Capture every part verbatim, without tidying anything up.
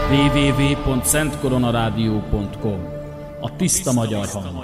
double-u double-u double-u pont szent korona rádió pont com. A tiszta magyar hang.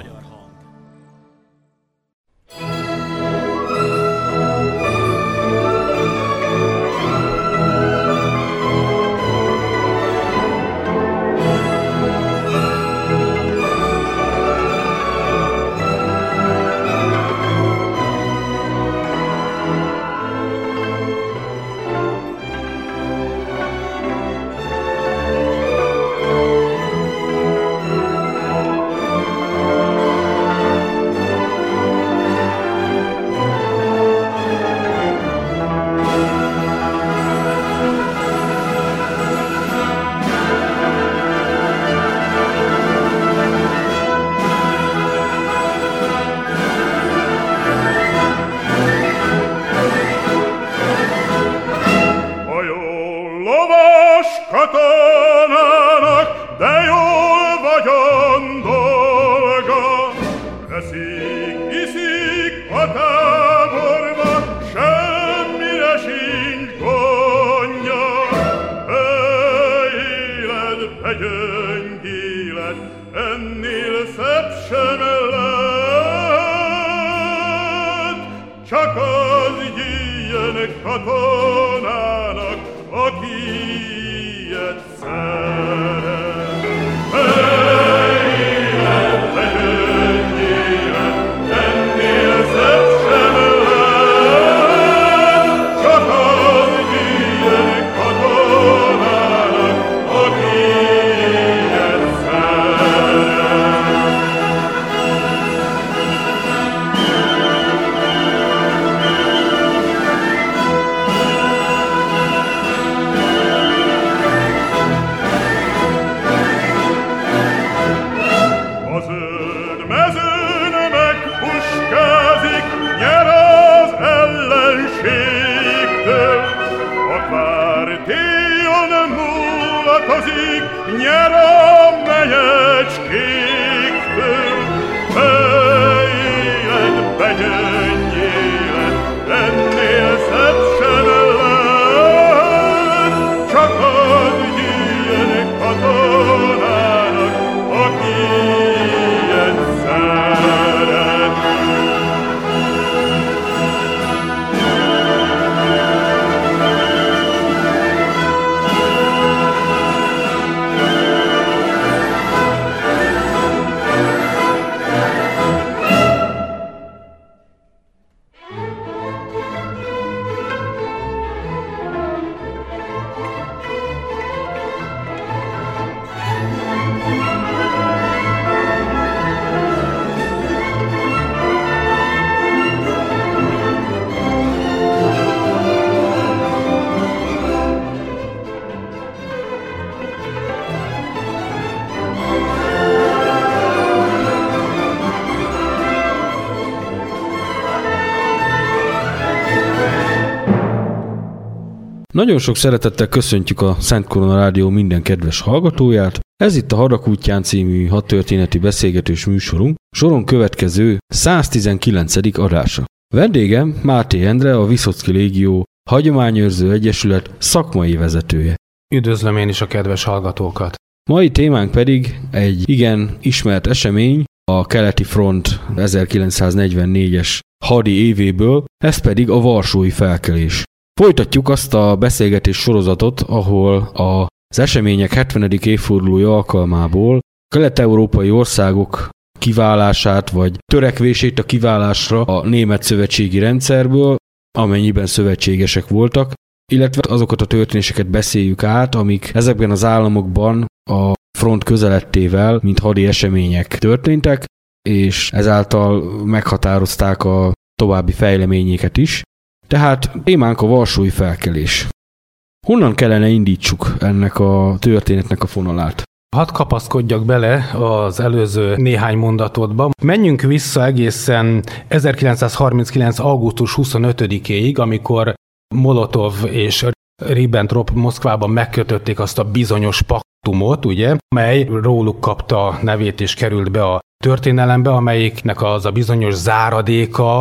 Nagyon sok szeretettel köszöntjük a Szent Korona Rádió minden kedves hallgatóját. Ez itt a Hadak útján című hadtörténeti beszélgetős műsorunk, soron következő száztizenkilencedik adása. Vendégem Máté Endre, a Viszocki Légió Hagyományőrző Egyesület szakmai vezetője. Üdvözlöm én is a kedves hallgatókat! Mai témánk pedig egy igen ismert esemény, a Keleti Front ezerkilencszáznegyvennégyes hadi évéből, ez pedig a Varsói Felkelés. Folytatjuk azt a beszélgetés sorozatot, ahol az események hetvenedik évfordulója alkalmából kelet-európai országok kiválását vagy törekvését a kiválásra a német szövetségi rendszerből, amennyiben szövetségesek voltak, illetve azokat a történéseket beszéljük át, amik ezekben az államokban a front közelettével, mint hadi események történtek, és ezáltal meghatározták a további fejleményeket is. Tehát témánk a Varsói Felkelés. Honnan kellene indítsuk ennek a történetnek a fonalát? Hadd kapaszkodjak bele az előző néhány mondatodba. Menjünk vissza egészen ezerkilencszázharminckilenc. augusztus huszonötödikéig, amikor Molotov és Ribbentrop Moszkvában megkötötték azt a bizonyos paktumot, ugye, mely róluk kapta nevét és került be a történelembe, amelyiknek az a bizonyos záradéka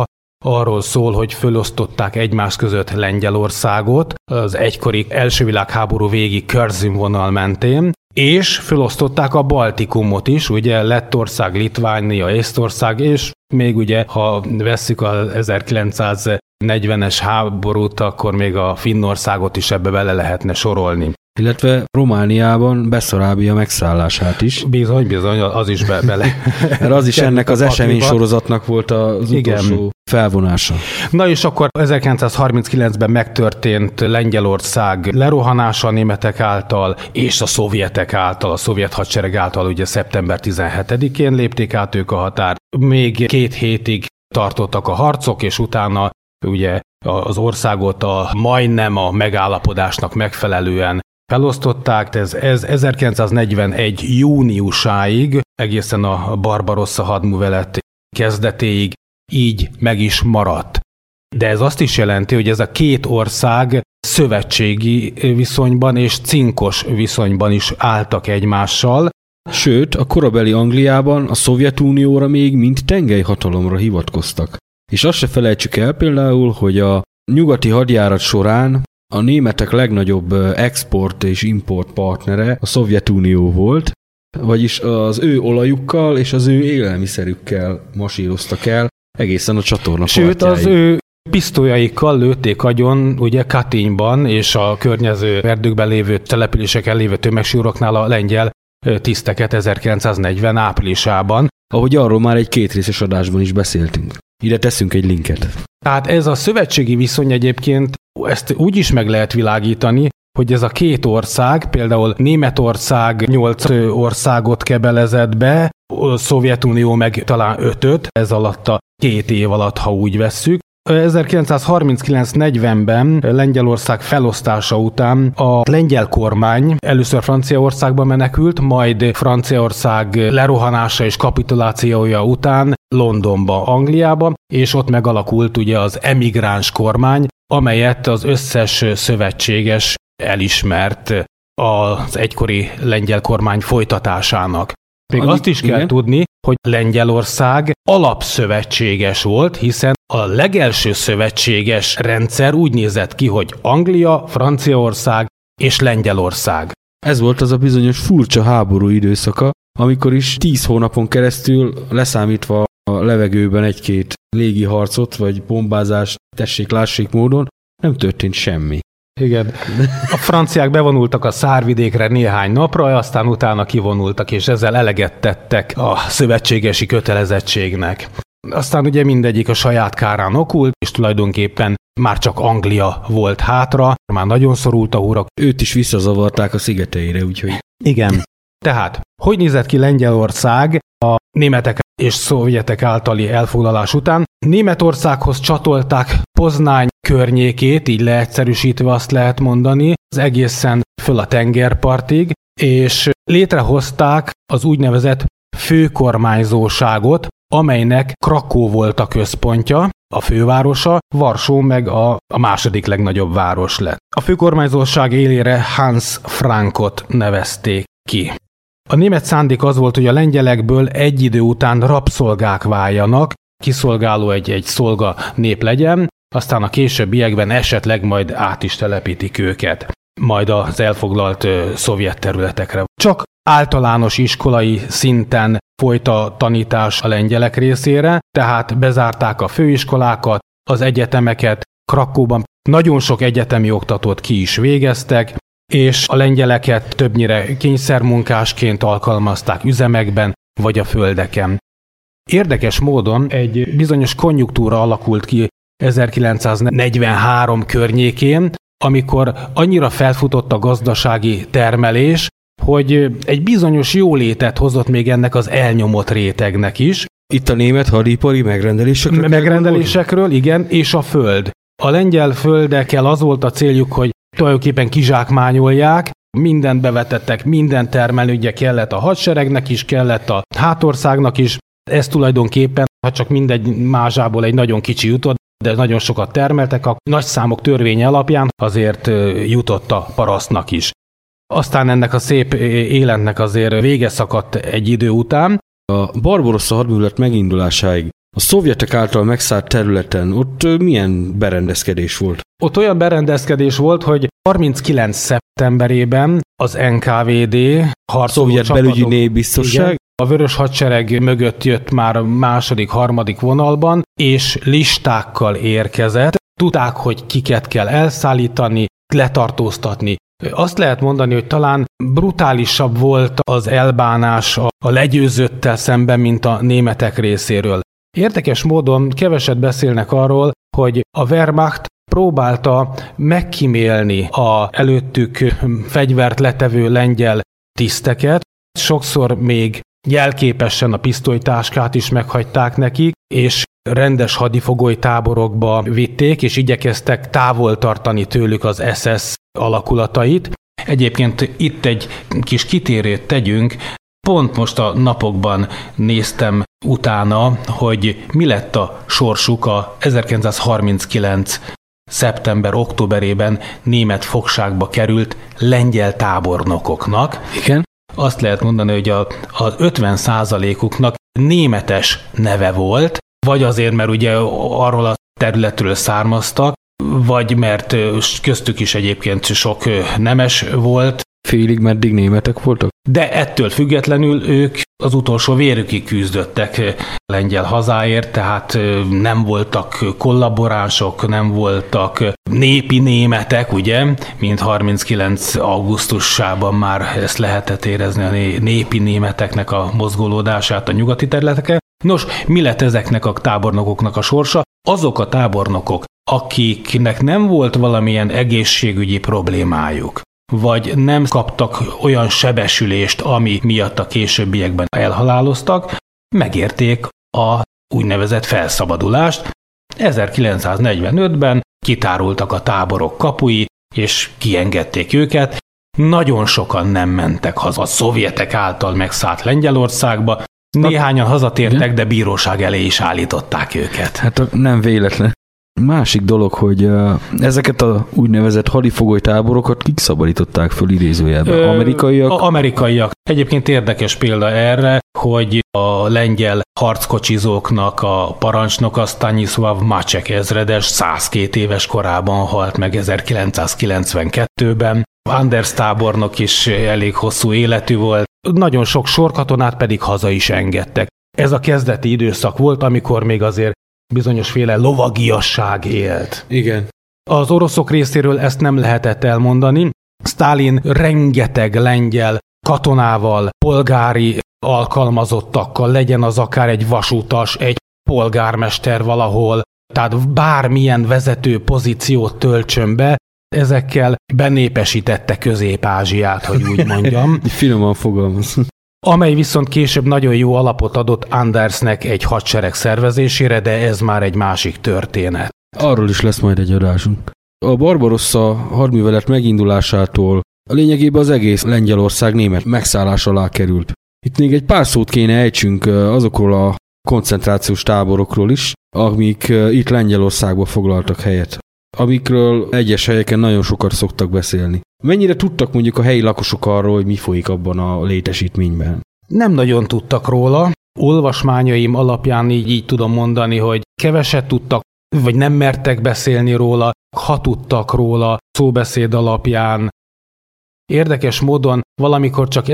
arról szól, hogy fölosztották egymás között Lengyelországot az egykori első világháború végi Körzin vonal mentén, és fölosztották a Baltikumot is, ugye Lettország, Litvánia, Észtország, és még ugye, ha vesszük az ezerkilencszáznegyvenes háborút, akkor még a Finnországot is ebbe bele lehetne sorolni. Illetve Romániában Beszarábia megszállását is. Bizony, bizony, az is be, bele. Mert az is ennek az eseménysorozatnak volt az utolsó Igen. felvonása. Na és akkor ezerkilencszázharminckilencben megtörtént Lengyelország lerohanása a németek által, és a szovjetek által, a szovjet hadsereg által ugye szeptember tizenhetedikén lépték át ők a határt. Még két hétig tartottak a harcok, és utána ugye az országot a majdnem a megállapodásnak megfelelően felosztották, ez, ez ezerkilencszáznegyvenegy júniusáig, egészen a Barbarossa hadművelet kezdetéig így meg is maradt. De ez azt is jelenti, hogy ez a két ország szövetségi viszonyban és cinkos viszonyban is álltak egymással. Sőt, a korabeli Angliában a Szovjetunióra még mint tengelyhatalomra hivatkoztak. És azt se felejtsük el például, hogy a nyugati hadjárat során a németek legnagyobb export és import partnere a Szovjetunió volt, vagyis az ő olajukkal és az ő élelmiszerükkel masíroztak el egészen a csatorna Sőt, partjáig. az ő pisztolyaikkal lőtték agyon, ugye Katynyban és a környező erdőkben lévő településeken lévő tömegsíroknál a lengyel tiszteket ezerkilencszáznegyven áprilisában. Ahogy arról már egy kétrészes adásban is beszéltünk. Ide teszünk egy linket. Tehát ez a szövetségi viszony egyébként, ezt úgy is meg lehet világítani, hogy ez a két ország, például Németország nyolc országot kebelezett be, a Szovjetunió meg talán ötöt, ez alatt a két év alatt, ha úgy vesszük. ezerkilencszázharminckilenc negyvenben Lengyelország felosztása után a lengyel kormány először Franciaországba menekült, majd Franciaország lerohanása és kapitulációja után Londonba, Angliába, és ott megalakult ugye az emigráns kormány, amelyet az összes szövetséges elismert az egykori lengyel kormány folytatásának. Még Annyi, azt is kell igen. tudni, hogy Lengyelország alapszövetséges volt, hiszen a legelső szövetséges rendszer úgy nézett ki, hogy Anglia, Franciaország és Lengyelország. Ez volt az a bizonyos furcsa háború időszaka, amikor is tíz hónapon keresztül, leszámítva a levegőben egy-két légiharcot vagy bombázást tessék-lássék módon, nem történt semmi. Igen. A franciák bevonultak a szárvidékre néhány napra, aztán utána kivonultak, és ezzel eleget tettek a szövetségesi kötelezettségnek. Aztán ugye mindegyik a saját kárán okult, és tulajdonképpen már csak Anglia volt hátra, már nagyon szorult a hurok. Őt is visszazavarták a szigeteire, úgyhogy... Igen. Tehát, hogy nézett ki Lengyelország a németek és szovjetek általi elfoglalás után? Németországhoz csatolták Poznány környékét, így leegyszerűsítve azt lehet mondani, az egészen föl a tengerpartig, és létrehozták az úgynevezett főkormányzóságot, amelynek Krakó volt a központja, a fővárosa, Varsó meg a, a második legnagyobb város lett. A főkormányzóság élére Hans Frankot nevezték ki. A német szándék az volt, hogy a lengyelekből egy idő után rabszolgák váljanak, kiszolgáló egy, egy szolga nép legyen, aztán a későbbiekben esetleg majd át is telepítik őket, majd az elfoglalt ö, szovjet területekre. Csak általános iskolai szinten folyt a tanítás a lengyelek részére, tehát bezárták a főiskolákat, az egyetemeket, Krakóban nagyon sok egyetemi oktatót ki is végeztek, és a lengyeleket többnyire kényszermunkásként alkalmazták üzemekben vagy a földeken. Érdekes módon egy bizonyos konjunktúra alakult ki ezerkilencszáznegyvenhárom környékén, amikor annyira felfutott a gazdasági termelés, hogy egy bizonyos jólétet hozott még ennek az elnyomott rétegnek is. Itt a német hadipari megrendelésekről? Megrendelésekről, igen, és a föld. A lengyel földekkel az volt a céljuk, hogy tulajdonképpen kizsákmányolják, mindent bevetettek, minden termelő, ugye kellett a hadseregnek is, kellett a hátországnak is. Ez tulajdonképpen, ha csak mindegy mázsából egy nagyon kicsi jutott, de nagyon sokat termeltek, a nagy számok törvénye alapján azért jutott a parasztnak is. Aztán ennek a szép életnek azért vége szakadt egy idő után. A Barbarossa hadművelet megindulásáig A szovjetek által megszállt területen ott milyen berendezkedés volt? Ott olyan berendezkedés volt, hogy harminckilenc szeptemberében az en ká vé dé harcoló Szovjet csapatok, belügyi népbiztosság, igen, a Vörös Hadsereg mögött jött már második, harmadik vonalban, és listákkal érkezett. Tudták, hogy kiket kell elszállítani, letartóztatni. Azt lehet mondani, hogy talán brutálisabb volt az elbánás a legyőzöttel szemben, mint a németek részéről. Érdekes módon keveset beszélnek arról, hogy a Wehrmacht próbálta megkímélni a előttük fegyvert letevő lengyel tiszteket. Sokszor még jelképesen a pisztolytáskát is meghagyták nekik, és rendes hadifogoly táborokba vitték, és igyekeztek távol tartani tőlük az es es alakulatait. Egyébként itt egy kis kitérőt tegyünk. Pont most a napokban néztem utána, hogy mi lett a sorsuk a ezerkilencszázharminckilenc szeptember-októberében német fogságba került lengyel tábornokoknak. Igen. Azt lehet mondani, hogy a, az ötven százalékuknak németes neve volt, vagy azért, mert ugye arról a területről származtak, vagy mert köztük is egyébként sok nemes volt. Félig meddig németek voltak? De ettől függetlenül ők az utolsó vérükig küzdöttek lengyel hazáért, tehát nem voltak kollaboránsok, nem voltak népi németek, ugye, mint harminckilenc augusztusában már ezt lehetett érezni a népi németeknek a mozgolódását a nyugati területeken. Nos, mi lett ezeknek a tábornokoknak a sorsa? Azok a tábornokok, akiknek nem volt valamilyen egészségügyi problémájuk, vagy nem kaptak olyan sebesülést, ami miatt a későbbiekben elhaláloztak, megérték a úgynevezett felszabadulást. ezerkilencszáznegyvenötben kitárultak a táborok kapui, és kiengedték őket. Nagyon sokan nem mentek haza a szovjetek által megszállt Lengyelországba. Néhányan hazatértek, de bíróság elé is állították őket. Hát nem véletlen. Másik dolog, hogy ezeket a úgynevezett hadifogoly táborokat kik szabadították föl idézőjelben? Ö, amerikaiak? A amerikaiak. Egyébként érdekes példa erre, hogy a lengyel harckocsizóknak a parancsnoka Stanisław Maciek ezredes százkettő éves korában halt meg ezerkilencszázkilencvenkettőben. Anders tábornok is elég hosszú életű volt. Nagyon sok sorkatonát pedig haza is engedtek. Ez a kezdeti időszak volt, amikor még azért bizonyosféle lovagiasság élt. Igen. Az oroszok részéről ezt nem lehetett elmondani. Sztálin rengeteg lengyel katonával, polgári alkalmazottakkal, legyen az akár egy vasútas, egy polgármester valahol, tehát bármilyen vezető pozíciót töltsön be, ezekkel benépesítette Közép-Ázsiát, hogy úgy mondjam. Finoman fogalmaz. Amely viszont később nagyon jó alapot adott Andersnek egy hadsereg szervezésére, de ez már egy másik történet. Arról is lesz majd egy adásunk. A Barbarossa hadművelet megindulásától a lényegében az egész Lengyelország német megszállás alá került. Itt még egy pár szót kéne ejtsünk azokról a koncentrációs táborokról is, amik itt Lengyelországban foglaltak helyet, amikről egyes helyeken nagyon sokat szoktak beszélni. Mennyire tudtak mondjuk a helyi lakosok arról, hogy mi folyik abban a létesítményben? Nem nagyon tudtak róla. Olvasmányaim alapján így, így tudom mondani, hogy keveset tudtak, vagy nem mertek beszélni róla, ha tudtak róla szóbeszéd alapján. Érdekes módon valamikor csak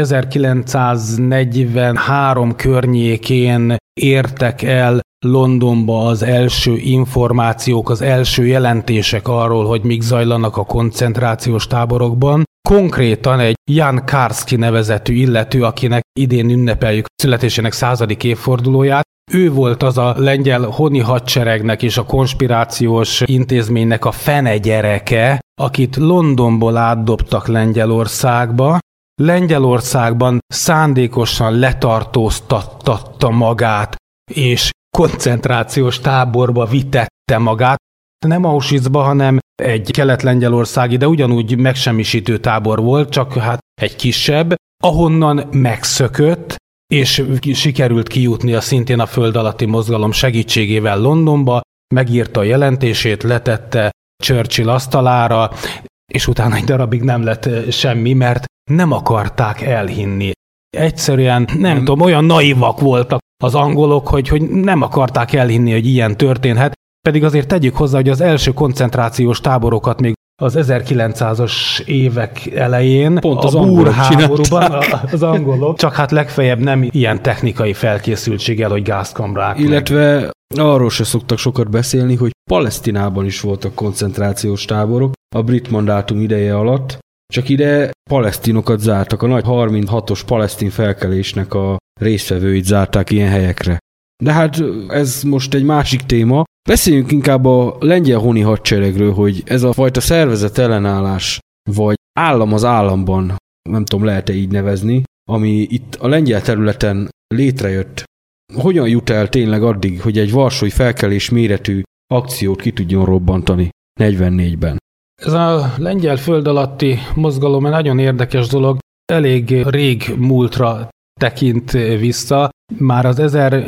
ezerkilencszáznegyvenhárom környékén értek el Londonba az első információk, az első jelentések arról, hogy mik zajlanak a koncentrációs táborokban. Konkrétan egy Jan Karski nevezetű illető, akinek idén ünnepeljük születésének századik évfordulóját, ő volt az a lengyel honi hadseregnek és a konspirációs intézménynek a fenegyereke, akit Londonból átdobtak Lengyelországba. Lengyelországban szándékosan letartóztatta magát, és koncentrációs táborba vitette magát. Nem Auschwitzba, hanem egy kelet-lengyelországi, de ugyanúgy megsemmisítő tábor volt, csak hát egy kisebb, ahonnan megszökött, és sikerült kijutnia szintén a föld alatti mozgalom segítségével Londonba, megírta a jelentését, letette Churchill asztalára, és utána egy darabig nem lett semmi, mert nem akarták elhinni. Egyszerűen, nem, nem tudom, olyan naivak voltak. az angolok, hogy, hogy nem akarták elhinni, hogy ilyen történhet, pedig azért tegyük hozzá, hogy az első koncentrációs táborokat még az ezerkilencszázas évek elején, pont az a búrháborúban az angolok, csak hát legfeljebb nem ilyen technikai felkészültséggel, hogy gázkamrák. Illetve meg. Arról se szoktak sokat beszélni, hogy Palesztinában is voltak koncentrációs táborok a brit mandátum ideje alatt, csak ide palesztinokat zártak. A nagy harminchatos palesztin felkelésnek a résztvevőit zárták ilyen helyekre. De hát ez most egy másik téma. Beszéljünk inkább a lengyel honi hadseregről, hogy ez a fajta szervezet ellenállás, vagy állam az államban, nem tudom, lehet-e így nevezni, ami itt a lengyel területen létrejött. Hogyan jut el tényleg addig, hogy egy varsói felkelés méretű akciót ki tudjon robbantani negyvennégyben? Ez a lengyel föld alatti mozgalom egy nagyon érdekes dolog, elég rég múltra tekint vissza. Már az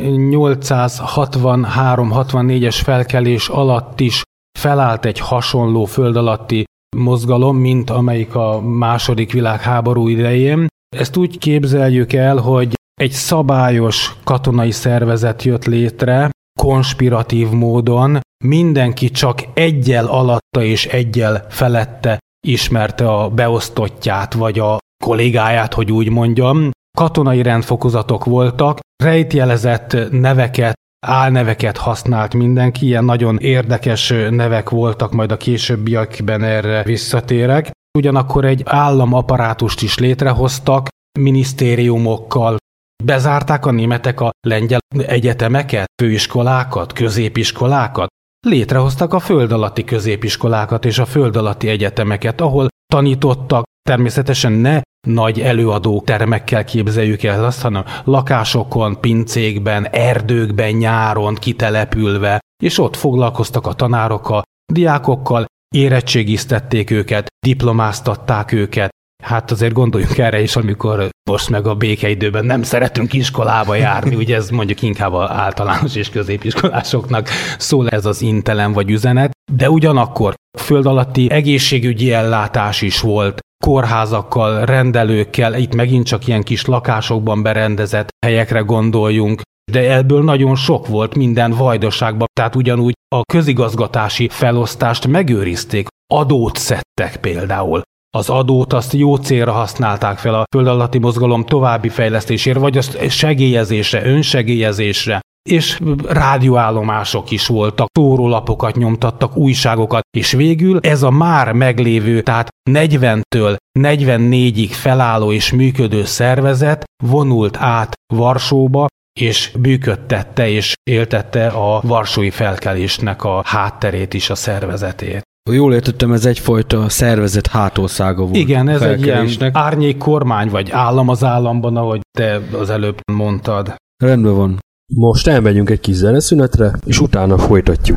ezernyolcszázhatvanhárom hatvannégyes felkelés alatt is felállt egy hasonló föld alatti mozgalom, mint amelyik a második világháború idején. Ezt úgy képzeljük el, hogy egy szabályos katonai szervezet jött létre, konspiratív módon, mindenki csak egyel alatta és egyel felette ismerte a beosztottját, vagy a kollégáját, hogy úgy mondjam. Katonai rendfokozatok voltak, rejtjelezett neveket, álneveket használt mindenki, ilyen nagyon érdekes nevek voltak, majd a későbbiekben erre visszatérek. Ugyanakkor egy államaparátust is létrehoztak, minisztériumokkal. Bezárták a németek a lengyel egyetemeket, főiskolákat, középiskolákat. Létrehoztak a föld alatti középiskolákat és a föld alatti egyetemeket, ahol tanítottak, természetesen ne nagy előadó termekkel képzeljük el azt, hanem lakásokon, pincékben, erdőkben, nyáron kitelepülve, és ott foglalkoztak a tanárok a diákokkal, érettségiztették őket, diplomáztatták őket. Hát azért gondoljunk erre is, amikor most meg a békeidőben nem szeretünk iskolába járni, ugye ez mondjuk inkább az általános és középiskolásoknak szól ez az intelem vagy üzenet, de ugyanakkor föld alatti egészségügyi ellátás is volt, kórházakkal, rendelőkkel, itt megint csak ilyen kis lakásokban berendezett helyekre gondoljunk, de ebből nagyon sok volt minden vajdaságban, tehát ugyanúgy a közigazgatási felosztást megőrizték, adót szedtek például. Az adót azt jó célra használták fel a föld alatti mozgalom további fejlesztésére, vagy azt segélyezésre, önsegélyezésre, és rádióállomások is voltak, szórólapokat nyomtattak, újságokat, és végül ez a már meglévő, tehát negyventől negyvennégyig felálló és működő szervezet vonult át Varsóba, és működtette és éltette a varsói felkelésnek a hátterét is, a szervezetét. Jól értettem, ez egyfajta szervezet hátországa volt. Igen, ez egy ilyen árnyék kormány, vagy állam az államban, ahogy te az előbb mondtad. Rendben van. Most elmegyünk egy kis zeneszünetre, és utána folytatjuk.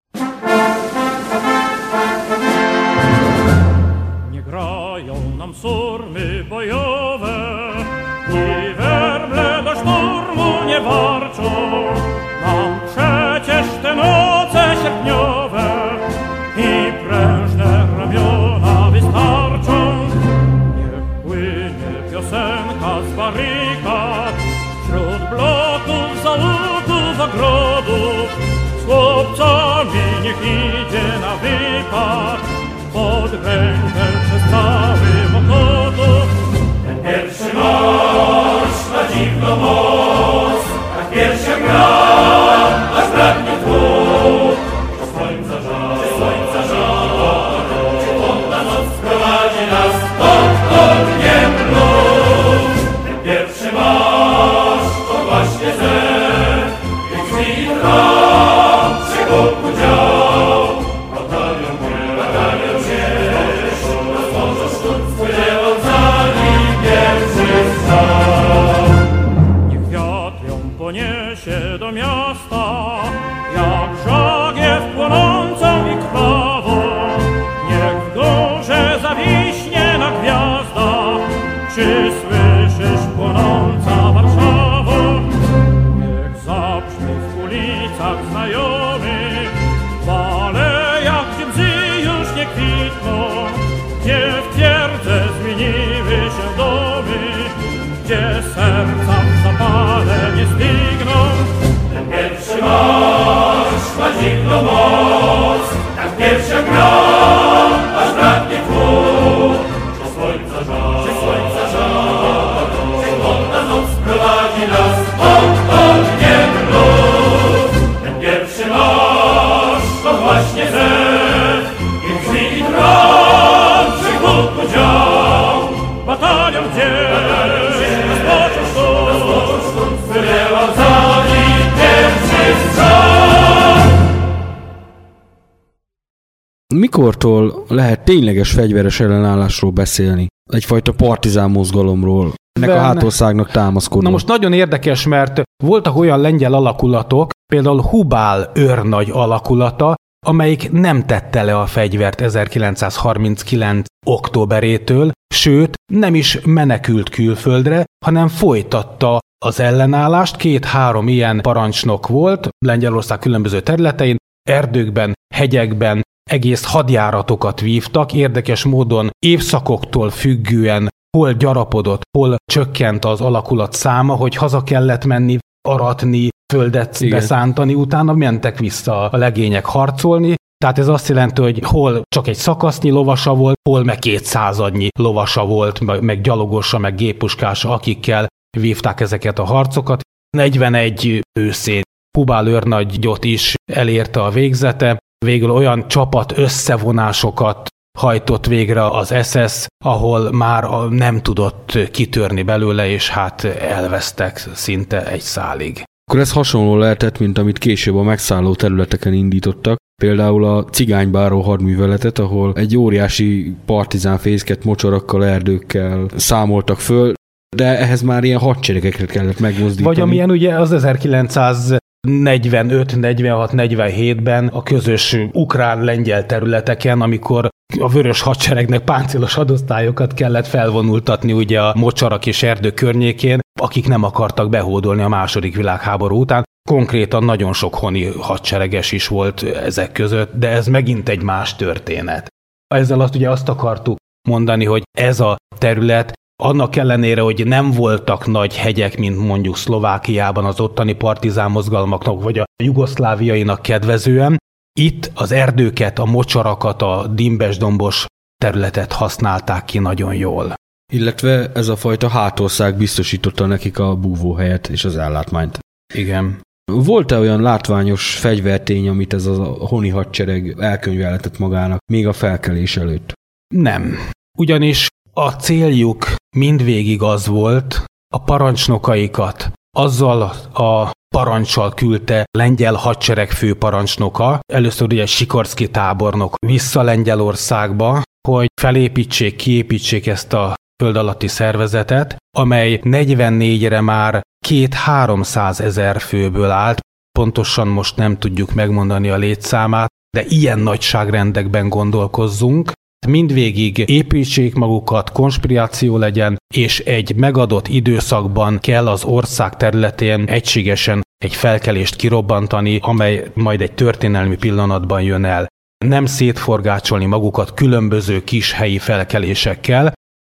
Nie grają nam surmy bojowe i werble do szturmu nie warczą. Nam przecież te noce sierpniowe i prężne ramiona wystarczą. Niech płynie piosenka z barykad, wśród bloków, załogów, ogrodów, z chłopcami niech idzie na wypad, pod rękę przez cały Mokotów. ogromna moc, tak pierwsza gra, aż braknie tchu. Czy słońca żar, czy słońca żar, chłodna noc prowadzi nas od ogniem lód. Ten pierwszy marsz to właśnie zew, i krwi i tron, przygód udział. Batalion gdzieś, rozpoczął szturm, wylewał za nim pierwszy strzał. Mikortól lehet tényleges fegyveres ellenállásról beszélni? Egyfajta partizán mozgalomról, ennek Benne. a hátországnak támaszkodó. Na most nagyon érdekes, mert voltak olyan lengyel alakulatok, például Hubál őrnagy alakulata, amelyik nem tette le a fegyvert ezerkilencszázharminckilenc októberétől, sőt, nem is menekült külföldre, hanem folytatta az ellenállást. Két-három ilyen parancsnok volt Lengyelország különböző területein, erdőkben, hegyekben, egész hadjáratokat vívtak, érdekes módon évszakoktól függően hol gyarapodott, hol csökkent az alakulat száma, hogy haza kellett menni, aratni, földet Igen. beszántani, utána mentek vissza a legények harcolni. Tehát ez azt jelenti, hogy hol csak egy szakasznyi lovasa volt, hol meg kétszázadnyi lovasa volt, meg gyalogosa, meg géppuskása, akikkel vívták ezeket a harcokat. negyvenegy őszén Hubál őrnagyot is elérte a végzete, végül olyan csapat összevonásokat hajtott végre az es es, ahol már nem tudott kitörni belőle, és hát elvesztek szinte egy szálig. Akkor ez hasonló lehetett, mint amit később a megszálló területeken indítottak, például a cigánybáró hadműveletet, ahol egy óriási partizán fészket mocsarakkal, erdőkkel számoltak föl, de ehhez már ilyen hadseregeket kellett megmozdítani. Vagy amilyen ugye az ezerkilencszáznegyvenöt negyvenhat negyvenhétben a közös ukrán-lengyel területeken, amikor a vörös hadseregnek páncélos hadosztályokat kellett felvonultatni ugye a mocsarak és erdő környékén, akik nem akartak behódolni a második világháború után. Konkrétan nagyon sok honi hadsereges is volt ezek között, de ez megint egy más történet. Ezzel azt ugye azt akartuk mondani, hogy ez a terület annak ellenére, hogy nem voltak nagy hegyek, mint mondjuk Szlovákiában az ottani partizán mozgalmaknak, vagy a jugoszláviainak kedvezően, itt az erdőket, a mocsarakat, a dimbes-dombos területet használták ki nagyon jól. Illetve ez a fajta hátország biztosította nekik a búvóhelyet és az ellátmányt. Igen. Volt-e olyan látványos fegyvertény, amit ez a honi hadsereg elkönyvelhetett magának még a felkelés előtt? Nem. Ugyanis a céljuk mindvégig az volt, a parancsnokaikat azzal a parancsal küldte lengyel hadsereg főparancsnoka, először ugye Sikorszky tábornok vissza Lengyelországba, hogy felépítsék, kiépítsék ezt a föld alatti szervezetet, amely negyvennégyre már két-háromszázezer főből állt, pontosan most nem tudjuk megmondani a létszámát, de ilyen nagyságrendekben gondolkozzunk. Mindvégig építsék magukat, konspiráció legyen, és egy megadott időszakban kell az ország területén egységesen egy felkelést kirobbantani, amely majd egy történelmi pillanatban jön el. Nem szétforgácsolni magukat különböző kis helyi felkelésekkel.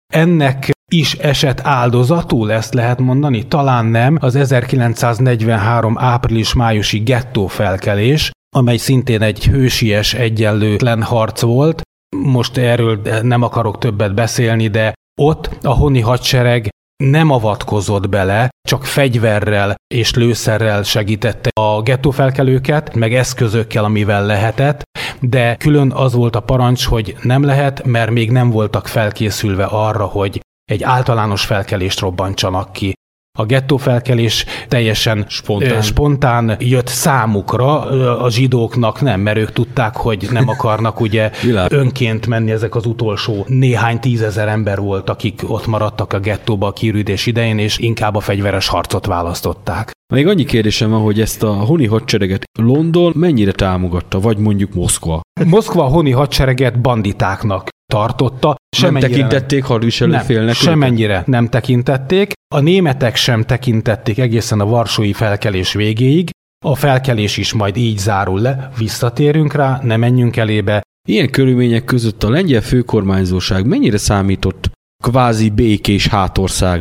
Ennek is esett áldozatul, ezt lehet mondani? Talán nem. Az ezerkilencszáznegyvenhárom április-májusi gettó felkelés, amely szintén egy hősies, egyenlőtlen harc volt. Most erről nem akarok többet beszélni, de ott a honi hadsereg nem avatkozott bele, csak fegyverrel és lőszerrel segítette a gettófelkelőket, meg eszközökkel, amivel lehetett, de külön az volt a parancs, hogy nem lehet, mert még nem voltak felkészülve arra, hogy egy általános felkelést robbantsanak ki. A gettófelkelés teljesen spontán. spontán jött számukra, a zsidóknak nem, mert ők tudták, hogy nem akarnak ugye önként menni, ezek az utolsó néhány tízezer ember volt, akik ott maradtak a gettóba a kiürülés idején, és inkább a fegyveres harcot választották. Még annyi kérdésem van, hogy ezt a honi hadsereget London mennyire támogatta, vagy mondjuk Moszkva? Moszkva a honi hadsereget banditáknak tartotta. Nem tekintették hadviselőfélnek? Semennyire nem tekintették. A németek sem tekintették egészen a varsói felkelés végéig. A felkelés is majd így zárul le, visszatérünk rá, ne menjünk elébe. Ilyen körülmények között a lengyel főkormányzóság mennyire számított kvázi békés hátországnak?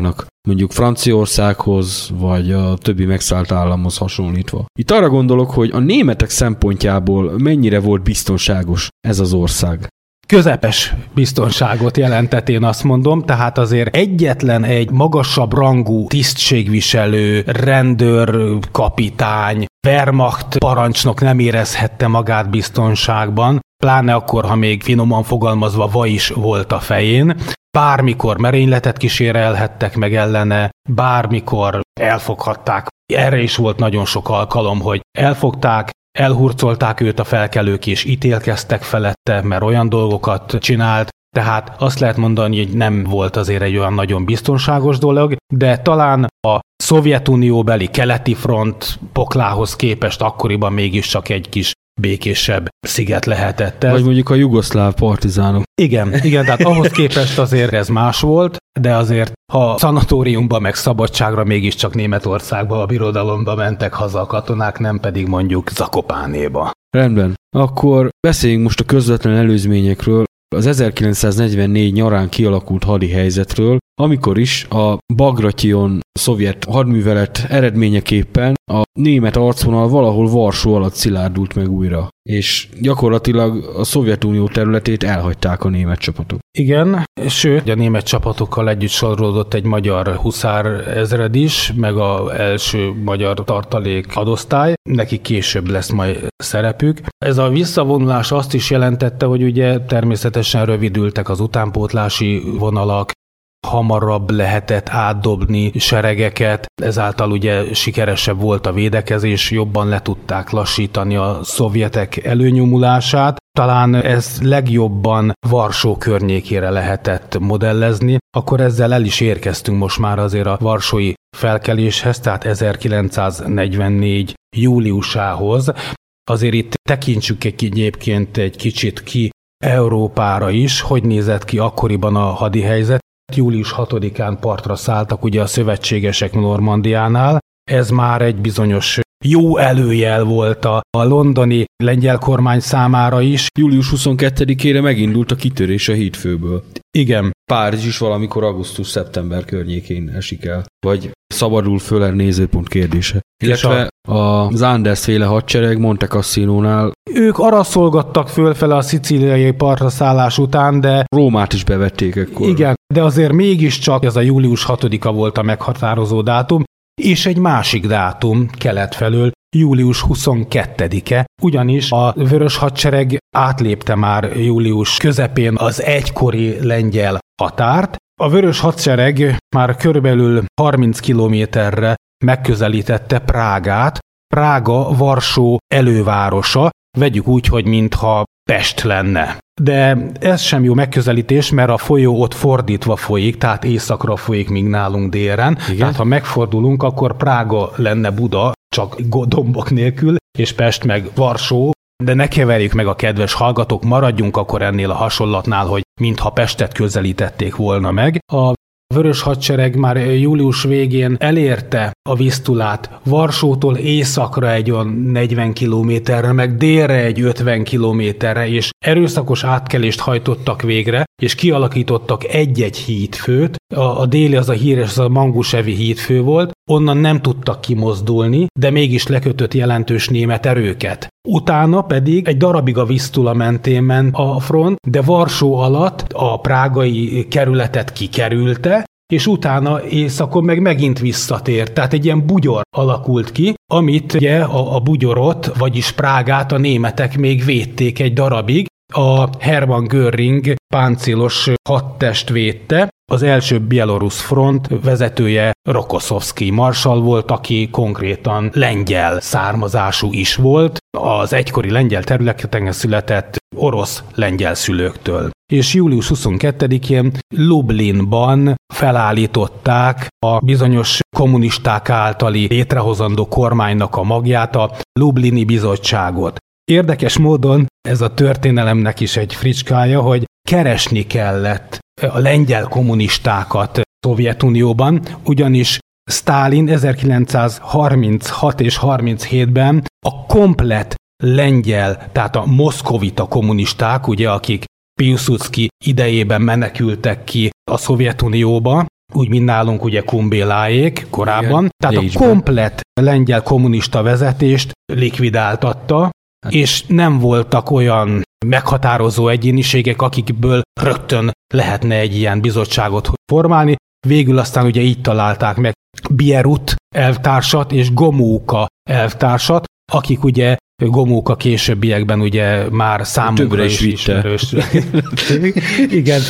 mondjuk Franciaországhoz, vagy a többi megszállt államhoz hasonlítva. Itt arra gondolok, hogy a németek szempontjából mennyire volt biztonságos ez az ország. Közepes biztonságot jelentett, én azt mondom, tehát azért egyetlen egy magasabb rangú tisztségviselő, rendőr, kapitány, Wehrmacht parancsnok nem érezhette magát biztonságban, pláne akkor, ha még finoman fogalmazva vaj is volt a fején. Bármikor merényletet kísérelhettek meg ellene, bármikor elfoghatták. Erre is volt nagyon sok alkalom, hogy elfogták, elhurcolták őt a felkelők és ítélkeztek felette, mert olyan dolgokat csinált, tehát azt lehet mondani, hogy nem volt azért egy olyan nagyon biztonságos dolog, de talán a Szovjetunióbeli keleti front poklához képest akkoriban mégiscsak egy kis békésebb sziget lehetett ez. Vagy mondjuk a jugoszláv partizánok. Igen, igen, tehát ahhoz képest azért ez más volt, de azért, ha szanatóriumba meg szabadságra mégiscsak Németországba, a birodalomba mentek haza a katonák, nem pedig mondjuk Zakopánéba. Rendben. Akkor beszéljünk most a közvetlen előzményekről, az ezerkilencszáznegyvennégy nyarán kialakult hadi helyzetről, amikor is a Bagration szovjet hadművelet eredményeképpen a német arcvonal valahol Varsó alatt szilárdult meg újra, és gyakorlatilag a Szovjetunió területét elhagyták a német csapatok. Igen, sőt, a német csapatokkal együtt sororodott egy magyar huszár ezred is, meg az első magyar tartalék hadosztály, nekik később lesz majd szerepük. Ez a visszavonulás azt is jelentette, hogy ugye természetesen rövidültek az utánpótlási vonalak, hamarabb lehetett átdobni seregeket, ezáltal ugye sikeresebb volt a védekezés, jobban le tudták lassítani a szovjetek előnyomulását. Talán ez legjobban Varsó környékére lehetett modellezni, akkor ezzel el is érkeztünk most már azért a varsói felkeléshez, tehát ezerkilencszáznegyvennégy júliusához. Azért itt tekintsük egyébként egy kicsit ki Európára is, hogy nézett ki akkoriban a hadihelyzet. július hatodikán partra szálltak ugye a szövetségesek Normandiánál. Ez már egy bizonyos jó előjel volt a londoni lengyel kormány számára is. július huszonkettedikére megindult a kitörés a hídfőből. Igen. Párizs is valamikor augusztus-szeptember környékén esik el. Vagy szabadul föl nézőpont kérdése. Illetve az Anders féle hadsereg Monte Cassinónál. Ők arra szolgattak fölfele a szicíliai partra szállás után, de... Rómát is bevették ekkor. Igen, de azért mégiscsak ez a július hatodika volt a meghatározó dátum, és egy másik dátum kelet felől, július huszonkettedike, ugyanis a Vörös Hadsereg átlépte már július közepén az egykori lengyel határt. A Vörös Hadsereg már körülbelül harminc kilométerre megközelítette Prágát. Prága Varsó elővárosa, vegyük úgy, hogy mintha Pest lenne. De ez sem jó megközelítés, mert a folyó ott fordítva folyik, tehát északra folyik, míg nálunk délen. Igen? Tehát ha megfordulunk, akkor Prága lenne Buda, csak dombok nélkül, és Pest meg Varsó, de ne keverjük meg a kedves hallgatók, maradjunk akkor ennél a hasonlatnál, hogy mintha Pestet közelítették volna meg. A Vörös Hadsereg már július végén elérte a Visztulát, Varsótól északra egy olyan negyven kilométerre, meg délre egy ötven kilométerre, és erőszakos átkelést hajtottak végre, és kialakítottak egy-egy hídfőt. A, a déli az a híres, az a Mangusevi hídfő volt, onnan nem tudtak kimozdulni, de mégis lekötött jelentős német erőket. Utána pedig egy darabig a Visztula mentén ment a front, de Varsó alatt a prágai kerületet kikerülte, és utána északon meg megint visszatért. Tehát egy ilyen bugyor alakult ki, amit ugye a, a bugyorot, vagyis Prágát a németek még védték egy darabig. A Hermann Göring páncélos hadtest védte. Az első bielorusz front vezetője Rokoszovszky marsall volt, aki konkrétan lengyel származású is volt, az egykori lengyel területeken született orosz-lengyel szülőktől. És július huszonkettedikén Lublinban felállították a bizonyos kommunisták általi létrehozandó kormánynak a magját, a Lublini Bizottságot. Érdekes módon ez a történelemnek is egy fricskája, hogy keresni kellett a lengyel kommunistákat Szovjetunióban, ugyanis Sztálin ezerkilencszázharminchat és harminchétben a komplett lengyel, tehát a moszkovita kommunisták, ugye, akik Piłsudski idejében menekültek ki a Szovjetunióba, úgy, mint nálunk ugye Kumbéláék korábban. Igen, tehát Légyben. a komplett lengyel kommunista vezetést likvidáltatta, hát. És nem voltak olyan meghatározó egyéniségek, akikből rögtön lehetne egy ilyen bizottságot formálni. Végül aztán ugye így találták meg Bierut elvtársat és Gomulka elvtársat, akik ugye Gomulka későbbiekben ugye már számunkra is ismerős. Igen.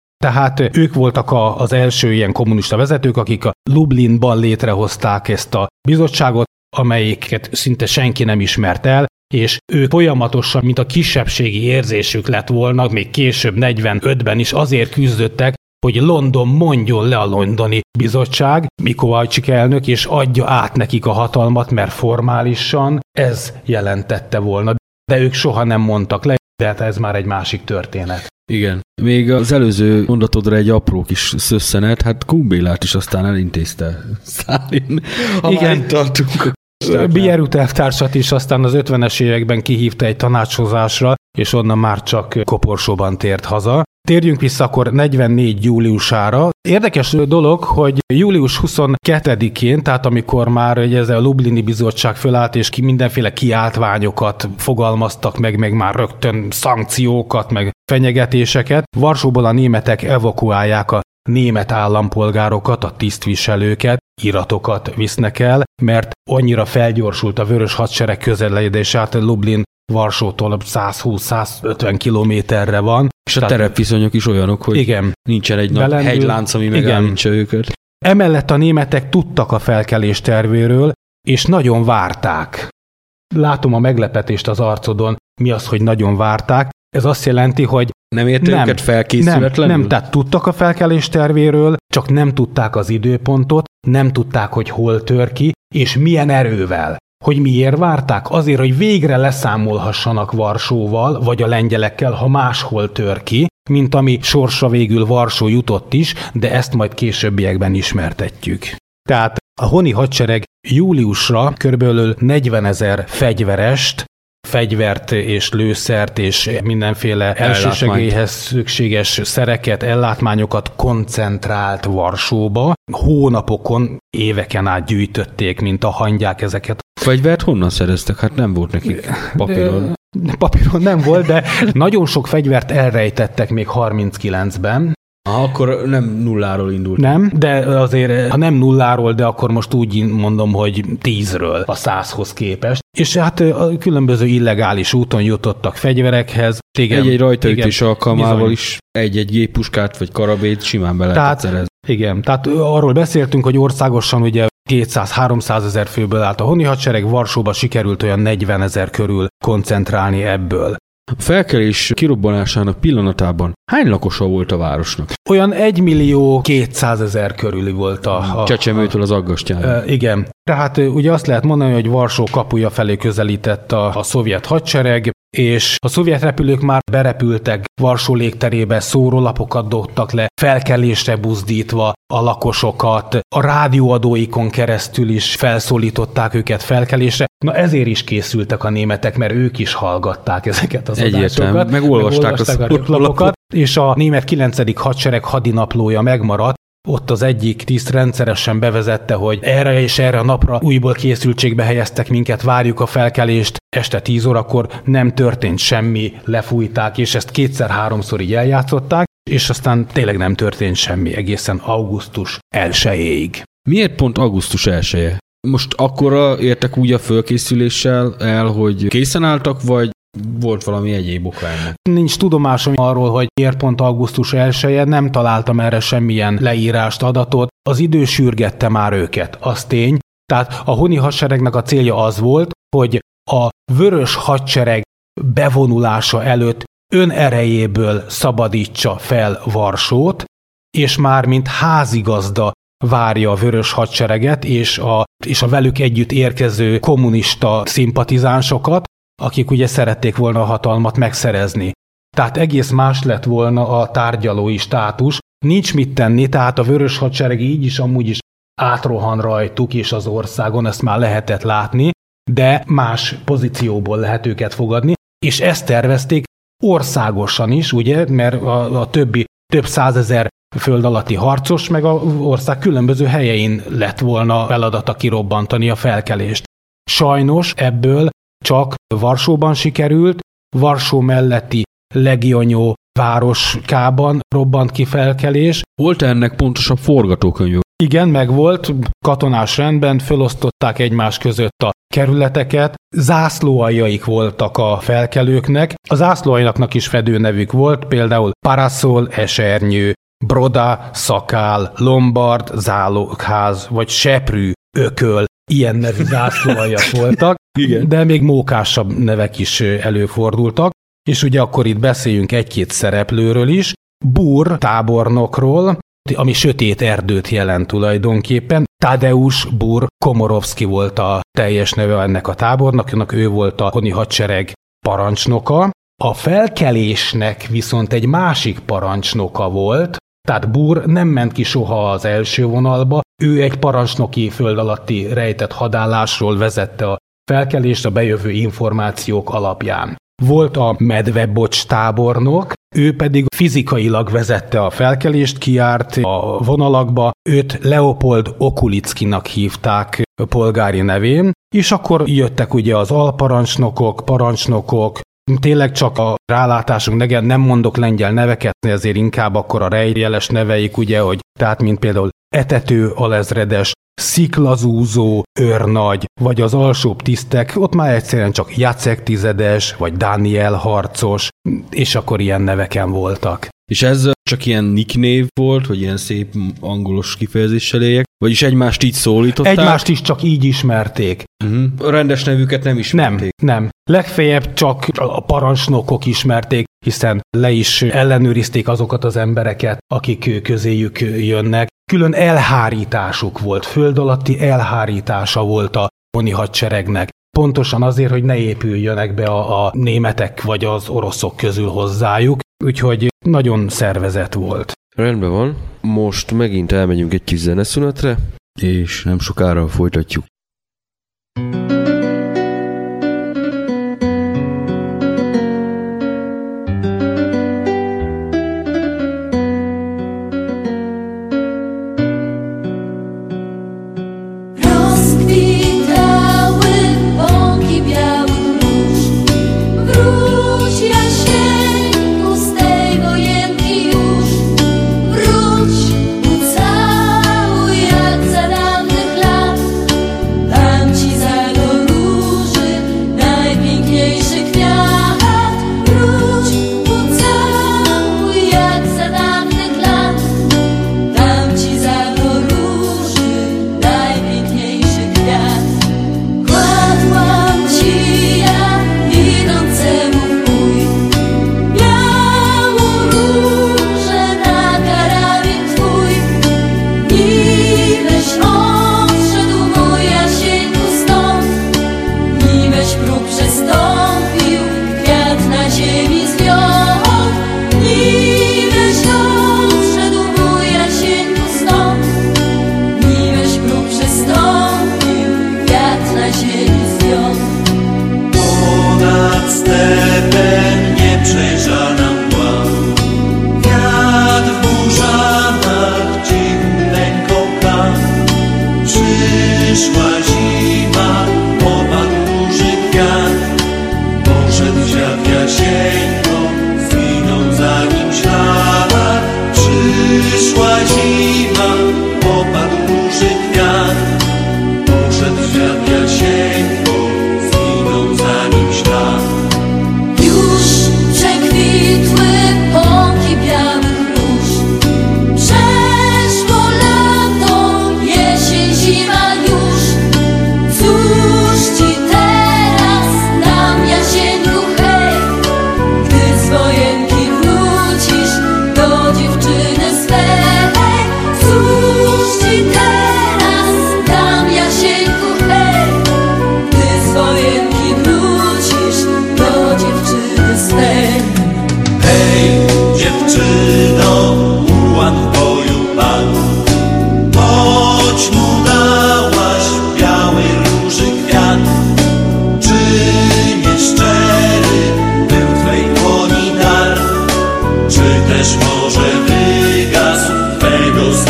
Tehát ők voltak a, az első ilyen kommunista vezetők, akik a Lublinban létrehozták ezt a bizottságot, amelyiket szinte senki nem ismert el, és ők folyamatosan, mint a kisebbségi érzésük lett volna, még később negyvenötben is azért küzdöttek, hogy London mondjon le a londoni bizottság, Mikołajcsik elnök, és adja át nekik a hatalmat, mert formálisan ez jelentette volna. De ők soha nem mondtak le, de hát ez már egy másik történet. Igen. Még az előző mondatodra egy apró kis szösszenet, hát Kumbélát is aztán elintézte Sztálin. Igen, tartunk. Bierut elvtársat is aztán az ötvenes években kihívta egy tanácskozásra, és onnan már csak koporsóban tért haza. Térjünk vissza akkor negyvennégy júliusára. Érdekes dolog, hogy július huszonkettedikén, tehát amikor már ez a Lublini bizottság fölállt, és ki mindenféle kiáltványokat fogalmaztak meg, meg már rögtön szankciókat, meg fenyegetéseket, Varsóból a németek evakuálják a német állampolgárokat, a tisztviselőket, iratokat visznek el, mert annyira felgyorsult a Vörös Hadsereg közeledése, hát Lublin Varsótól százhúsz-százötven kilométerre van. És a terepviszonyok is olyanok, hogy igen, nincsen egy nagy belendül, hegylánc, ami megállítsa őket. Emellett a németek tudtak a felkelés tervéről, és nagyon várták. Látom a meglepetést az arcodon, mi az, hogy nagyon várták. Ez azt jelenti, hogy nem érte őket felkészületlenül? Nem, nem, tehát tudtak a felkelés tervéről, csak nem tudták az időpontot, nem tudták, hogy hol tör ki, és milyen erővel. Hogy miért várták? Azért, hogy végre leszámolhassanak Varsóval, vagy a lengyelekkel, ha máshol tör ki, mint ami sorsa végül Varsó jutott is, de ezt majd későbbiekben ismertetjük. Tehát a honi hadsereg júliusra körülbelül negyvenezer fegyverest, fegyvert és lőszert és mindenféle elsősegélyhez szükséges szereket, ellátmányokat koncentrált Varsóba. Hónapokon, éveken át gyűjtötték, mint a hangyák ezeket. Fegyvert honnan szereztek? Hát nem volt nekik papíron. De, papíron nem volt, de nagyon sok fegyvert elrejtettek még harminckilencben. Ah, akkor nem nulláról indult. Nem, de azért, ha nem nulláról, de akkor most úgy mondom, hogy tízről a százhoz képest. És hát a különböző illegális úton jutottak fegyverekhez. Egy-egy rajtaütés alkalmával bizony. Is egy-egy géppuskát vagy karabét simán be lehetett szerezni. Igen, tehát arról beszéltünk, hogy országosan ugye kétszáz-háromszáz ezer főből állt a honi hadsereg, Varsóba sikerült olyan negyvenezer körül koncentrálni ebből. A felkelés kirobbanásának pillanatában hány lakosa volt a városnak? Olyan egymillió kétszázezer körüli volt a... a Csecsemőtől az Aggastyáig. E, igen. Tehát ugye azt lehet mondani, hogy Varsó kapuja felé közelített a, a szovjet hadsereg, és a szovjet repülők már berepültek Varsó légterébe, szórólapokat dobtak le, felkelésre buzdítva a lakosokat, a rádióadóikon keresztül is felszólították őket felkelésre. Na ezért is készültek a németek, mert ők is hallgatták ezeket az Egyértelmű. adásokat. Megolvasták a szórólapokat. És a német kilencedik hadsereg hadinaplója megmaradt. Ott az egyik tiszt rendszeresen bevezette, hogy erre és erre a napra újból készültségbe helyeztek minket, várjuk a felkelést. Este tíz órakor nem történt semmi, lefújták, és ezt kétszer-háromszor így eljátszották, és aztán tényleg nem történt semmi egészen augusztus elsejéig. Miért pont augusztus elseje? Most akkora értek úgy a fölkészüléssel el, hogy készen álltak, vagy volt valami egyéb oka ennek? Nincs tudomásom arról, hogy miért pont augusztus elseje, nem találtam erre semmilyen leírást, adatot. Az idő sürgette már őket, az tény. Tehát a honi hadseregnek a célja az volt, hogy a Vörös Hadsereg bevonulása előtt önerejéből szabadítsa fel Varsót, és már mint házigazda várja a Vörös Hadsereget és a, és a velük együtt érkező kommunista szimpatizánsokat, akik ugye szerették volna a hatalmat megszerezni. Tehát egész más lett volna a tárgyalói státus. Nincs mit tenni, tehát a Vörös Hadsereg így is amúgy is átrohan rajtuk és az országon, ezt már lehetett látni, de más pozícióból lehet őket fogadni, és ezt tervezték országosan is, ugye, mert a, a többi több százezer föld alatti harcos, meg a ország különböző helyein lett volna feladata kirobbantani a felkelést. Sajnos ebből csak Varsóban sikerült, Varsó melletti Legionio városkában robbant ki felkelés. Volt ennek pontosabb forgatókönyv? Igen, megvolt, katonás rendben fölosztották egymás között a kerületeket, zászlóaljaik voltak a felkelőknek, a zászlóaljaknak is fedőnevük volt, például Paraszol, Esernyő, Broda, Szakál, Lombard, Zálogház, vagy Seprű, Ököl, ilyen nevű zászlóaljak voltak, Igen. De még mókásabb nevek is előfordultak, és ugye akkor itt beszéljünk egy-két szereplőről is, Búr tábornokról, ami sötét erdőt jelent tulajdonképpen. Tadeusz Búr Komorovszki volt a teljes neve ennek a tábornoknak, ő volt a honi hadsereg parancsnoka. A felkelésnek viszont egy másik parancsnoka volt, tehát Búr nem ment ki soha az első vonalba, ő egy parancsnoki föld alatti rejtett hadállásról vezette a felkelést a bejövő információk alapján. Volt a Medvebocs tábornok, ő pedig fizikailag vezette a felkelést, kijárt a vonalakba, őt Leopold Okulickinak hívták polgári nevén, és akkor jöttek ugye az alparancsnokok, parancsnokok, tényleg csak a rálátásunk, nem mondok lengyel neveket, ezért inkább akkor a rejjeles neveik, ugye, hogy tehát mint például etető alezredes, sziklazúzó őrnagy, vagy az alsóbb tisztek, ott már egyszerűen csak Jacek tizedes, vagy Daniel harcos, és akkor ilyen neveken voltak. És ez csak ilyen nicknév volt, vagy ilyen szép angolos kifejezéssel éljek, vagyis egymást így szólították? Egymást is csak így ismerték. Uh-huh. A rendes nevüket nem ismerték? Nem, nem. Legfeljebb csak a parancsnokok ismerték, hiszen le is ellenőrizték azokat az embereket, akik közéjük jönnek. Külön elhárításuk volt, föld alatti elhárítása volt a honi hadseregnek. Pontosan azért, hogy ne épüljönek be a, a németek vagy az oroszok közül hozzájuk, úgyhogy nagyon szervezett volt. Rendben van, most megint elmegyünk egy kis zeneszünetre, és nem sokára folytatjuk. Wróć, ucałuj jak za dawnych lat.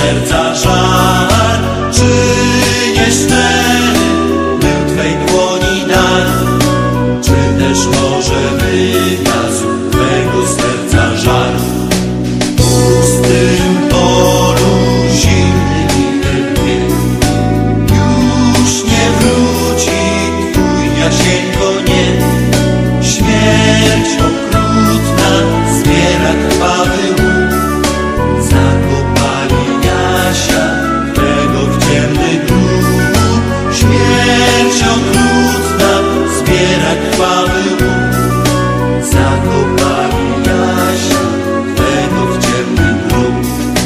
serca żar, czy nieszczery był Twej dłoni dar, czy też może wygasł Twego serca żar. W pustym polu zimny wicher wie, już nie wróci Twój Jasieńko, nie. Śmierć okrutna zbiera krwawy łuk, zakopali Jasia Twego w ciemny grób. Śmierć okrutna zbiera krwawy łuk, zakopali Jasia Twego w ciemny grób.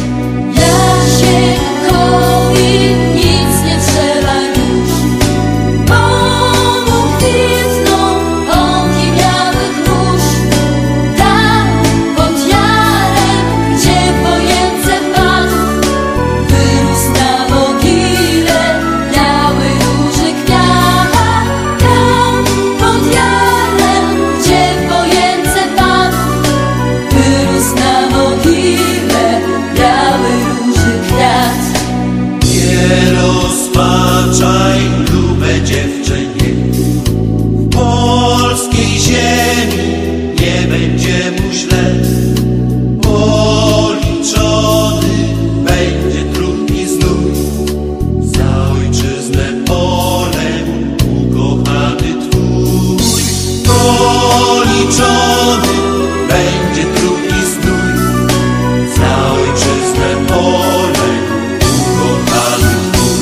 Jasieńkowi nic nie trzeba już, bo mu kwitną łąki białych róż. Tam pod jarem, gdzie w wojence padł, wyrósł na mogile biały róży kwiat. Tam pod jarem, gdzie w wojence padł, wyrósł na mogile biały róży kwiat. Nie rozpaczaj, grube dziewczę, nie. W polskiej ziemi nie będzie mu źle. Policzony będzie trud i znój. Za ojczyznę polem ukochany Twój. Policzony będzie trud i znój. Za ojczyznę polem ukochany Twój.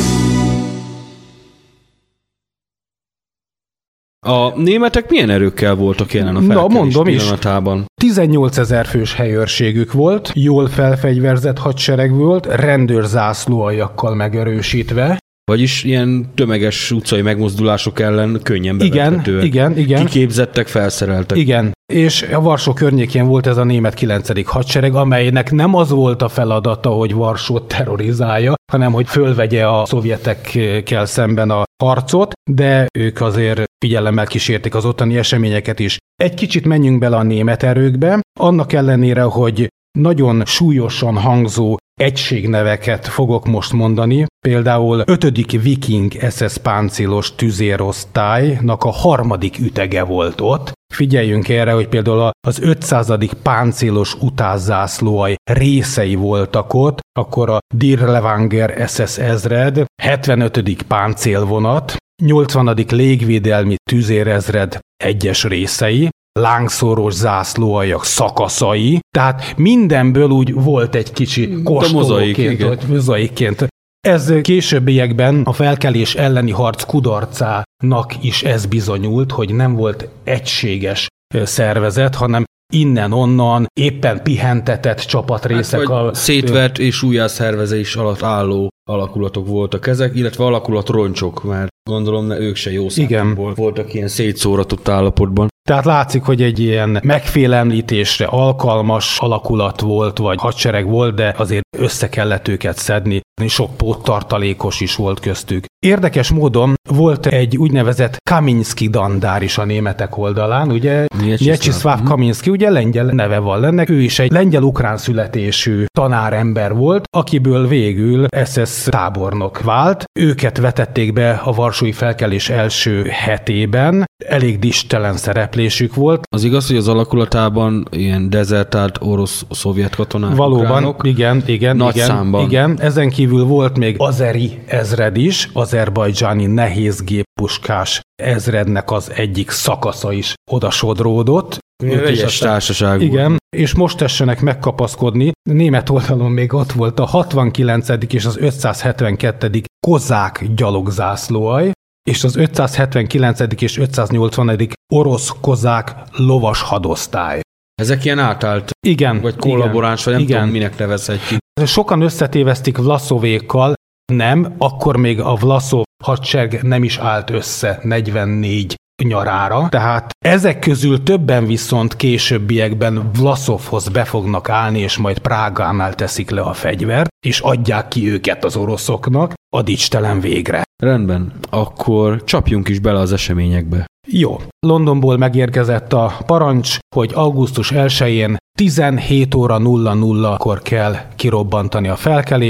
A németek milyen erőkkel voltak jelen a Na, felkelés mondom is. pillanatában? tizennyolcezer fős helyőrségük volt, jól felfegyverzett hadsereg volt, rendőrzászlóaljakkal megerősítve. Vagyis ilyen tömeges utcai megmozdulások ellen könnyen Igen, bevethetőek. igen, igen. Kiképzettek, felszereltek. Igen, és a Varsó környékén volt ez a német kilencedik hadsereg, amelynek nem az volt a feladata, hogy Varsót terrorizálja, hanem hogy fölvegye a szovjetekkel szemben a harcot, de ők azért figyelemmel kísérték az ottani eseményeket is. Egy kicsit menjünk bele a német erőkbe, annak ellenére, hogy nagyon súlyosan hangzó egységneveket fogok most mondani, például ötödik viking es es páncélos tüzérosztálynak a harmadik ütege volt ott. Figyeljünk erre, hogy például az ötszázadik páncélos utánzászlóaj részei voltak ott, akkor a Dirlewanger es es ezred, hetvenötödik páncélvonat, nyolcvanadik légvédelmi tüzérezred egyes részei, lángszóros zászlóaljak szakaszai, tehát mindenből úgy volt egy kicsi kóstolóként, vagy mozaikként. Ez későbbiekben a felkelés elleni harc kudarcának is ez bizonyult, hogy nem volt egységes szervezet, hanem innen-onnan éppen pihentetett csapatrészek. Hát, a szétvert és újjászervezés alatt álló alakulatok voltak ezek, illetve alakulatroncsok, mert gondolom ne, ők se jó szempontból voltak ilyen szétszóratott állapotban. Tehát látszik, hogy egy ilyen megfélemlítésre alkalmas alakulat volt, vagy hadsereg volt, de azért össze kellett őket szedni. Sok póttartalékos is volt köztük. Érdekes módon volt egy úgynevezett Kaminski dandár is a németek oldalán, ugye? Mieczysław Kaminski, ugye lengyel neve van ennek, ő is egy lengyel-ukrán születésű tanárember volt, akiből végül es es tábornok vált. Őket vetették be a varsói felkelés első hetében, elég distelen szereplésük volt. Az igaz, hogy az alakulatában ilyen dezertált orosz-szovjet katonák, valóban, ukránok, igen, igen, nagy igen, számban. Igen, ezen kívül volt még azeri ezred is, azerbajdzsáni nehézgéppuskás ezrednek az egyik szakasza is oda sodródott. Vegyes társaság. Igen, és most tessenek megkapaszkodni. Német oldalon még ott volt a hatvankilencedik és az ötszázhetvenkettedik kozák gyalogzászlóaj, és az ötszázhetvenkilencedik és ötszáznyolcvanadik orosz kozák lovas hadosztály. Ezek ilyen átállt, igen, vagy kollaboráns, igen, vagy nem igen. tudom, minek nevezhetjük. Sokan összetévesztik Vlaszovékkal, nem, akkor még a Vlaszov hadsereg nem is állt össze negyvennégy nyarára, tehát ezek közül többen viszont későbbiekben Vlaszovhoz be fognak állni, és majd Prágánál teszik le a fegyvert, és adják ki őket az oroszoknak a dicstelen végre. Rendben, akkor csapjunk is bele az eseményekbe. Jó. Londonból megérkezett a parancs, hogy augusztus elsején tizenhét óra nulla nullakor kell kirobbantani a felkelést.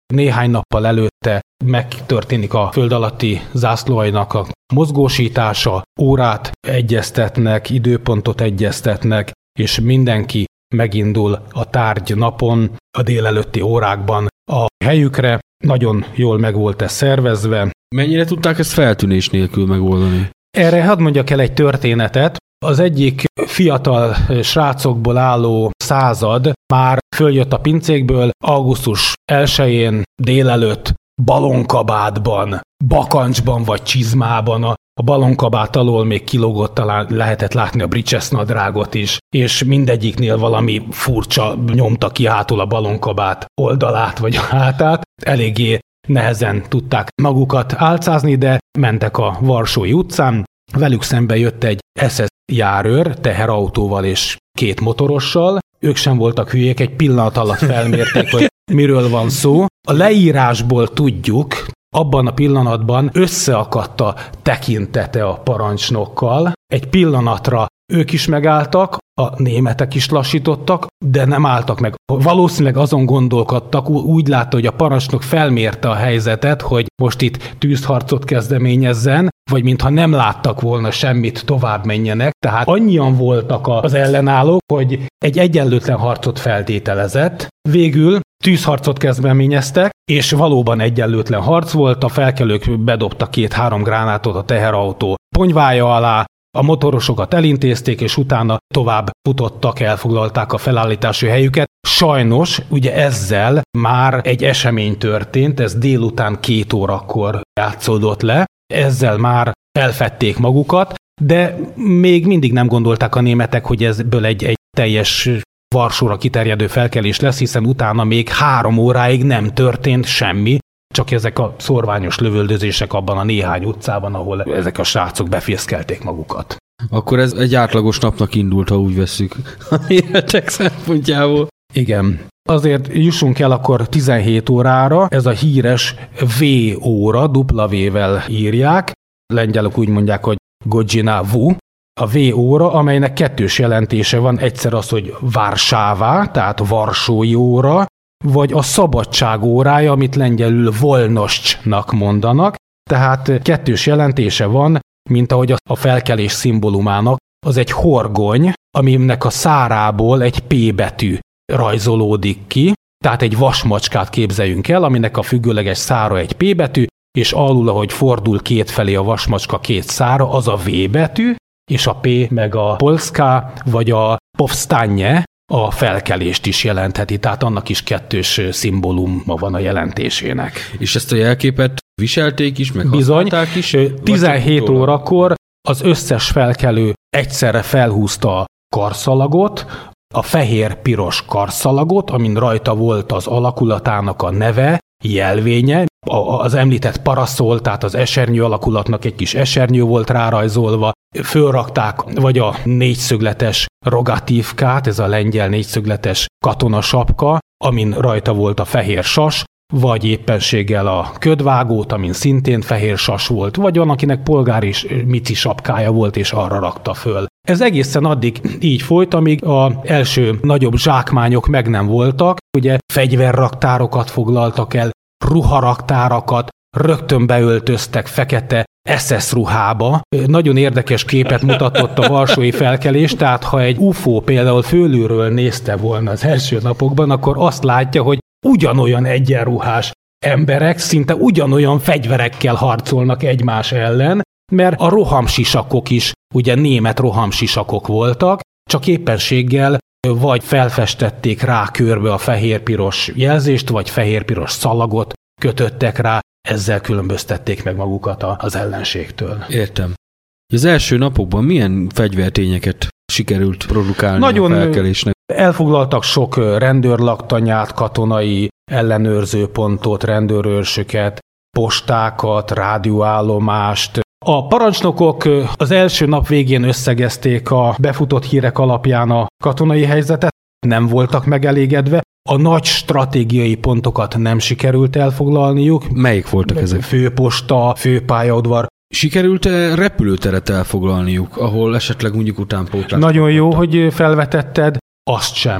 néhány nappal előtte megtörténik a föld alatti zászlóajnak a mozgósítása, órát egyeztetnek, időpontot egyeztetnek, és mindenki megindul a tárgy napon, a délelőtti órákban a helyükre. Nagyon jól meg volt ez szervezve. Mennyire tudták ezt feltűnés nélkül megoldani? Erre hadd mondjak el egy történetet. Az egyik fiatal srácokból álló század már följött a pincékből augusztus elsején délelőtt balonkabátban, bakancsban vagy csizmában. A A balonkabát alól még kilógott, talán lehetett látni a britches nadrágot is, és mindegyiknél valami furcsa nyomta ki hátul a balonkabát oldalát vagy a hátát. Eléggé nehezen tudták magukat álcázni, de mentek a Varsói utcán. Velük szembe jött egy es es járőr, teherautóval és két motorossal. Ők sem voltak hülyék, egy pillanat alatt felmérték, hogy miről van szó. A leírásból tudjuk, abban a pillanatban összeakadt a tekintete a parancsnokkal. Egy pillanatra ők is megálltak, a németek is lassítottak, de nem álltak meg. Valószínűleg azon gondolkodtak, úgy látta, hogy a parancsnok felmérte a helyzetet, hogy most itt tűzharcot kezdeményezzen, vagy mintha nem láttak volna semmit, tovább menjenek. Tehát annyian voltak az ellenállók, hogy egy egyenlőtlen harcot feltételezett. Végül tűzharcot kezdeményeztek, és valóban egyenlőtlen harc volt, a felkelők bedobtak két-három gránátot a teherautó ponyvája alá, a motorosokat elintézték, és utána tovább futottak, elfoglalták a felállítási helyüket. Sajnos ugye ezzel már egy esemény történt, ez délután két órakor játszódott le, ezzel már elfedték magukat, de még mindig nem gondolták a németek, hogy ebből egy, egy teljes Varsóra kiterjedő felkelés lesz, hiszen utána még három óráig nem történt semmi, csak ezek a szorványos lövöldözések abban a néhány utcában, ahol ezek a srácok befészkelték magukat. Akkor ez egy átlagos napnak indult, ha úgy vesszük a németek szempontjából. Igen. Azért jussunk el akkor tizenhét órára, ez a híres V óra, dupla V-vel írják, lengyelok úgy mondják, hogy godzina vu, a V óra, amelynek kettős jelentése van, egyszer az, hogy Warszawa, tehát Varsói óra, vagy a szabadság órája, amit lengyelül Wolnościnak mondanak, tehát kettős jelentése van, mint ahogy a felkelés szimbólumának, az egy horgony, aminek a szárából egy P betű rajzolódik ki, tehát egy vasmacskát képzeljünk el, aminek a függőleges szára egy P betű, és alul, ahogy fordul kétfelé a vasmacska két szára, az a V betű, és a P meg a Polska, vagy a Powstanie a felkelést is jelentheti, tehát annak is kettős szimbóluma van a jelentésének. És ezt a jelképet viselték is, meg Bizony, használták is? tizenhét órakor az összes felkelő egyszerre felhúzta a karszalagot, a fehér-piros karszalagot, amin rajta volt az alakulatának a neve, jelvénye, az említett paraszol, tehát az esernyő alakulatnak egy kis esernyő volt rárajzolva, fölrakták vagy a négyszögletes rogatívkát, ez a lengyel négyszögletes katonasapka, amin rajta volt a fehér sas, vagy éppenséggel a ködvágót, amin szintén fehér sas volt, vagy van, akinek polgári mici sapkája volt, és arra rakta föl. Ez egészen addig így folyt, amíg az első nagyobb zsákmányok meg nem voltak, ugye fegyverraktárokat foglaltak el, ruharaktárakat, rögtön beöltöztek fekete es es ruhába. Nagyon érdekes képet mutatott a varsói felkelés, tehát ha egy u f o például fölülről nézte volna az első napokban, akkor azt látja, hogy ugyanolyan egyenruhás emberek szinte ugyanolyan fegyverekkel harcolnak egymás ellen, mert a rohamsisakok is ugye német rohamsisakok voltak, csak éppenséggel vagy felfestették rá körbe a fehér-piros jelzést, vagy fehér-piros szalagot kötöttek rá, ezzel különböztették meg magukat az ellenségtől. Értem. Az első napokban milyen fegyvertényeket sikerült produkálni Nagyon a felkelésnek? Elfoglaltak sok rendőrlaktanyát, katonai ellenőrzőpontot, rendőrőrsöket, postákat, rádióállomást. A parancsnokok az első nap végén összegezték a befutott hírek alapján a katonai helyzetet, nem voltak megelégedve, a nagy stratégiai pontokat nem sikerült elfoglalniuk. Melyik voltak ezek? Főposta, főpályaudvar. Sikerült-e repülőteret elfoglalniuk, ahol esetleg mondjuk utánpótlás? Nagyon jó, hogy felvetetted, azt sem.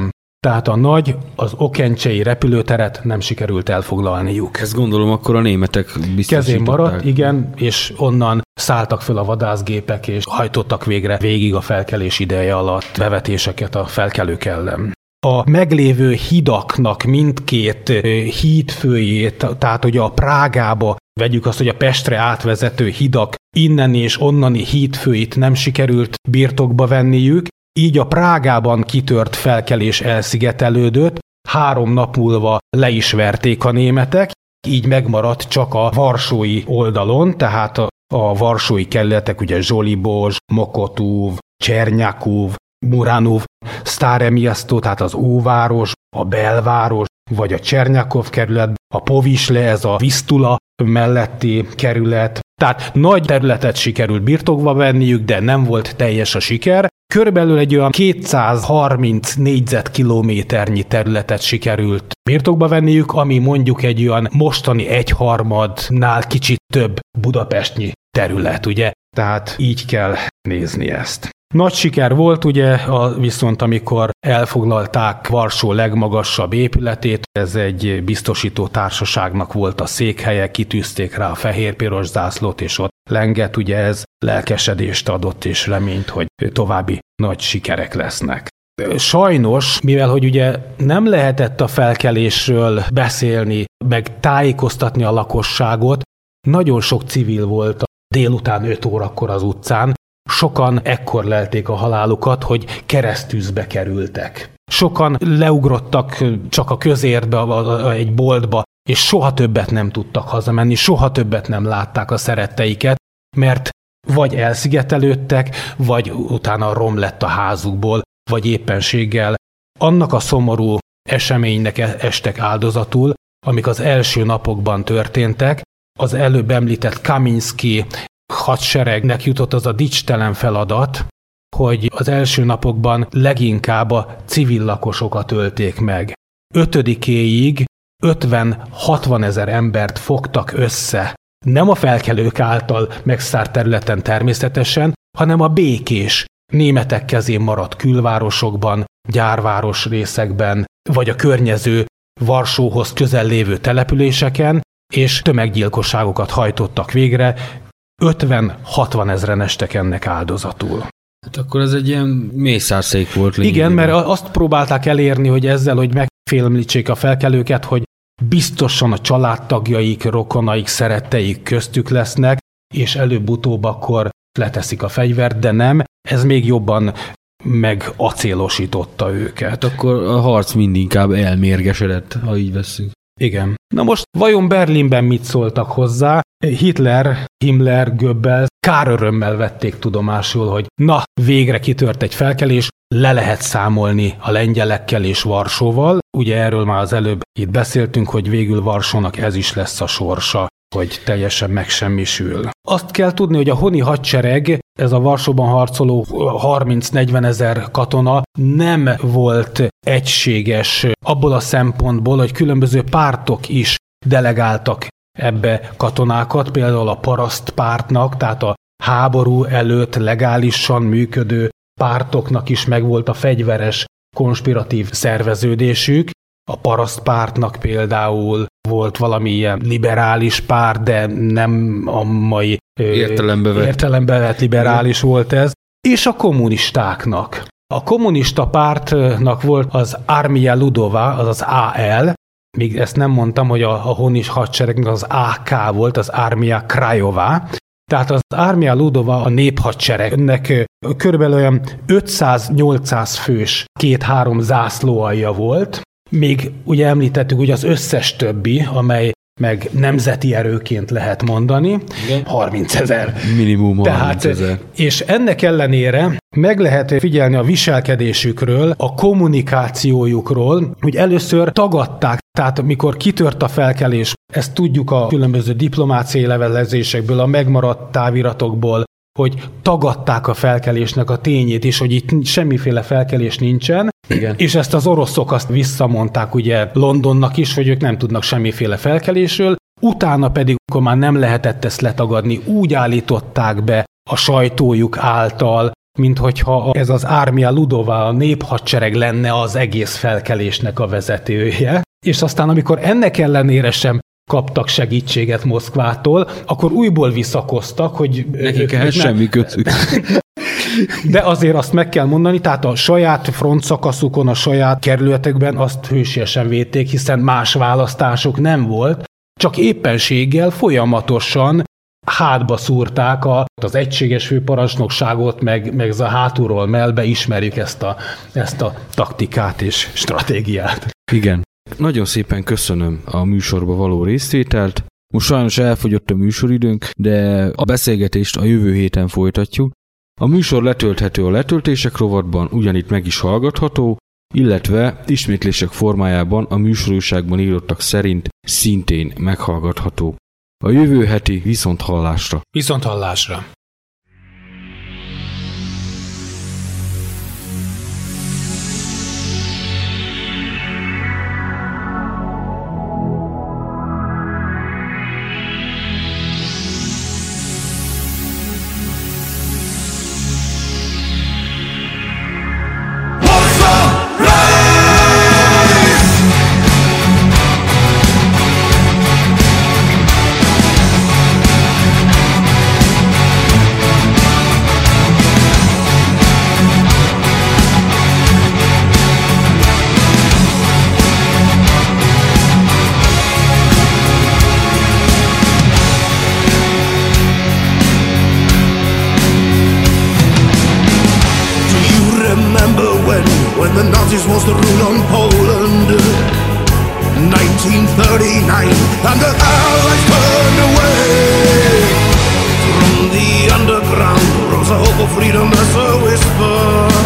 tehát a nagy, az okencsei repülőteret nem sikerült elfoglalniuk. Ezt gondolom akkor a németek biztosították. Kezén maradt, igen, és onnan szálltak föl a vadászgépek, és hajtottak végre végig a felkelés ideje alatt bevetéseket a felkelők ellen. A meglévő hidaknak mindkét hídfőjét, tehát hogy a Prágába, vegyük azt, hogy a Pestre átvezető hidak innen és onnani hídfőit nem sikerült birtokba venniük, így a Prágában kitört felkelés elszigetelődött, három nap múlva le is verték a németek, így megmaradt csak a varsói oldalon, tehát a, a varsói kerületek, ugye Zsolibozs, Mokotów, Csernyakov, Muranów, Stare Miasto, tehát az óváros, a belváros, vagy a Csernyakov kerület, a Povisle, ez a Visztula melletti kerület. Tehát nagy területet sikerült birtokba venniük, de nem volt teljes a siker. Körülbelül egy olyan kétszázharminc négyzetkilométernyi területet sikerült birtokba venniük, ami mondjuk egy olyan mostani egyharmadnál kicsit több budapestnyi terület, ugye? Tehát így kell nézni ezt. Nagy siker volt ugye, a, viszont amikor elfoglalták Varsó legmagasabb épületét, ez egy biztosító társaságnak volt a székhelye, kitűzték rá a fehér-piros zászlót, és ott lengett, ugye ez lelkesedést adott és reményt, hogy további nagy sikerek lesznek. Sajnos, mivel hogy ugye nem lehetett a felkelésről beszélni, meg tájékoztatni a lakosságot, nagyon sok civil volt a délután öt órakor az utcán, sokan ekkor lelték a halálukat, hogy keresztűzbe kerültek. Sokan leugrottak csak a közértbe, egy boltba, és soha többet nem tudtak hazamenni, soha többet nem látták a szeretteiket, mert vagy elszigetelődtek, vagy utána rom lett a házukból, vagy éppenséggel annak a szomorú eseménynek estek áldozatul, amik az első napokban történtek. Az előbb említett Kaminski hadseregnek jutott az a dicstelen feladat, hogy az első napokban leginkább a civil lakosokat ölték meg. Ötödikéig ötven-hatvan ezer embert fogtak össze, nem a felkelők által megszárt területen természetesen, hanem a békés németek kezén maradt külvárosokban, gyárváros részekben, vagy a környező Varsóhoz közel lévő településeken, és tömeggyilkosságokat hajtottak végre, ötven-hatvan ezren estek ennek áldozatul. Hát akkor ez egy ilyen mészárszék volt lényegében. Igen, mert azt próbálták elérni, hogy ezzel, hogy megfélemlítsék a felkelőket, hogy biztosan a családtagjaik, rokonaik, szeretteik köztük lesznek, és előbb-utóbb akkor leteszik a fegyvert, de nem, ez még jobban megacélosította őket. Hát akkor a harc mindinkább elmérgesedett, ha így vesszük. Igen. Na most vajon Berlinben mit szóltak hozzá? Hitler, Himmler, Goebbels kár örömmel vették tudomásul, hogy na, végre kitört egy felkelés, le lehet számolni a lengyelekkel és Varsóval. Ugye erről már az előbb itt beszéltünk, hogy végül Varsónak ez is lesz a sorsa, hogy teljesen megsemmisül. Azt kell tudni, hogy a honi hadsereg, ez a Varsóban harcoló harminc-negyven ezer katona nem volt egységes abból a szempontból, hogy különböző pártok is delegáltak ebbe katonákat, például a paraszt pártnak, tehát a háború előtt legálisan működő pártoknak is megvolt a fegyveres konspiratív szerveződésük. A paraszt pártnak például volt valami ilyen liberális párt, de nem a mai értelembe vett, értelembe vett liberális volt ez, és a kommunistáknak. A kommunista pártnak volt az Armia Ludova, az az á el, még ezt nem mondtam, hogy a, a honis hadseregnek az á ká volt, az Armia Krajova. Tehát az Armia Ludova a néphadsereg. Ennek körülbelül olyan ötszáz-nyolcszáz fős két-három zászlóalja volt. Még ugye említettük, hogy az összes többi, amely meg nemzeti erőként lehet mondani, harminc ezer. Minimum harminc ezer. És ennek ellenére meg lehet figyelni a viselkedésükről, a kommunikációjukról, hogy először tagadták, tehát mikor kitört a felkelés, ezt tudjuk a különböző diplomáciai levelezésekből, a megmaradt táviratokból, hogy tagadták a felkelésnek a tényét is, hogy itt semmiféle felkelés nincsen, igen. És ezt az oroszok azt visszamondták ugye Londonnak is, hogy ők nem tudnak semmiféle felkelésről, utána pedig, akkor már nem lehetett ezt letagadni, úgy állították be a sajtójuk által, mint hogyha ez az Armia Ludova, a néphadsereg lenne az egész felkelésnek a vezetője. És aztán, amikor ennek ellenére sem kaptak segítséget Moszkvától, akkor újból visszakoztak, hogy... Nekik ehhez semmi kötük. De azért azt meg kell mondani, tehát a saját frontszakaszukon, a saját kerületekben azt hősiesen védték, hiszen más választásuk nem volt, csak éppenséggel folyamatosan hátba szúrták a, az egységes főparancsnokságot, meg, meg ez a hátulról mellbe, ismerjük ezt a, ezt a taktikát és stratégiát. Igen. Nagyon szépen köszönöm a műsorba való részvételt. Most sajnos elfogyott a műsoridőnk, de a beszélgetést a jövő héten folytatjuk. A műsor letölthető a letöltések rovatban, ugyanitt meg is hallgatható, illetve ismétlések formájában a műsorúságban írottak szerint szintén meghallgatható. A jövő heti viszonthallásra. Viszonthallásra. Was the rule on Poland nineteen thirty-nine, and the Allies turned away. From the underground rose a hope of freedom as a whisper.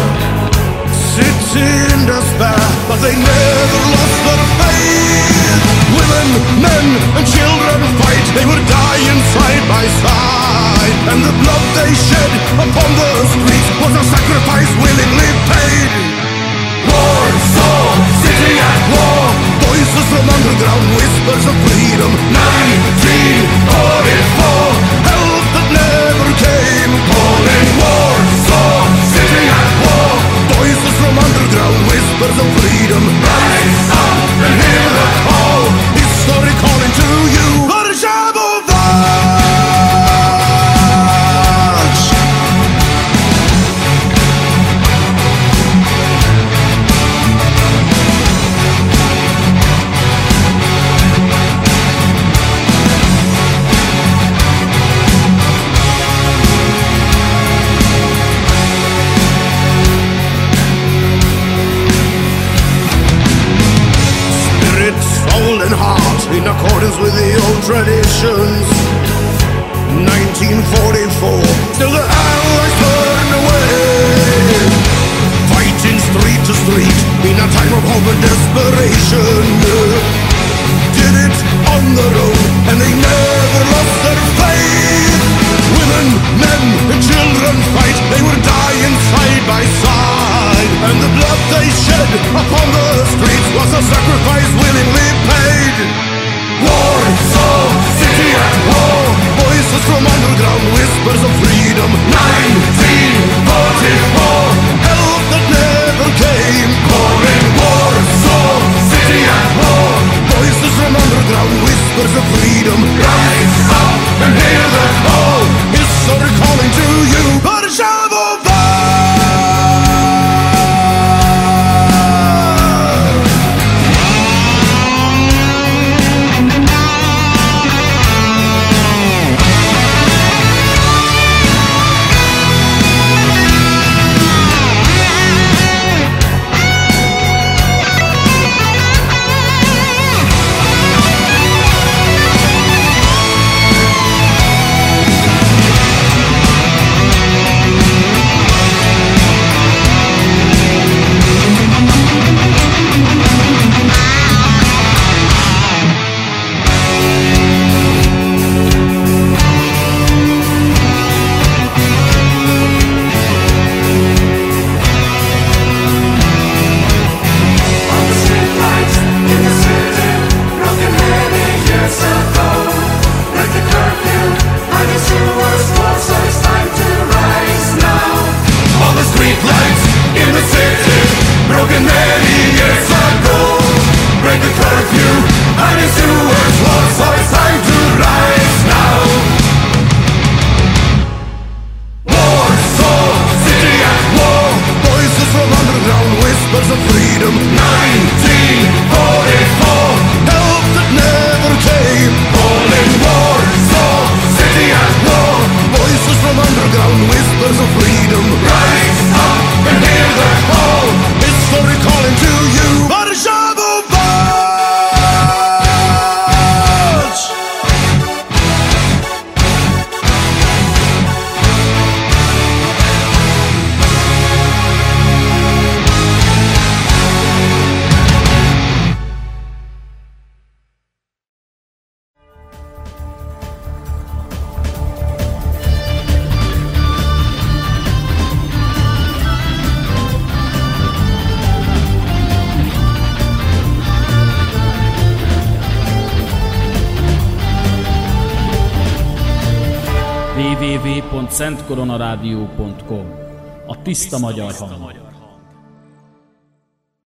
City in despair, but they never lost their faith. Women, men and children fight, they were dying side by side, and the blood they shed upon the streets was a sacrifice willingly paid. Warsaw, city at war, voices from underground, whispers of freedom. nineteen forty-four, help that never came, calling Warsaw, city at war, voices from underground, whispers of freedom. Rise up and hear the call, history calling to you. In accordance with the old traditions, nineteen forty-four, still the Allies turned away. Fighting street to street in a time of hope and desperation. Did it on their own and they never lost their faith. Women, men and children fight, they were dying side by side, and the blood they shed upon the streets was a sacrifice willingly paid. Warsaw, city at war, voices from underground, whispers of freedom. nineteen forty-four, help that never came, calling Warsaw, city at war, voices from underground, whispers of freedom. Rise up and hear the call, history calling to you. double-u double-u double-u pont szent koronaradio pont com. A tiszta magyar hang.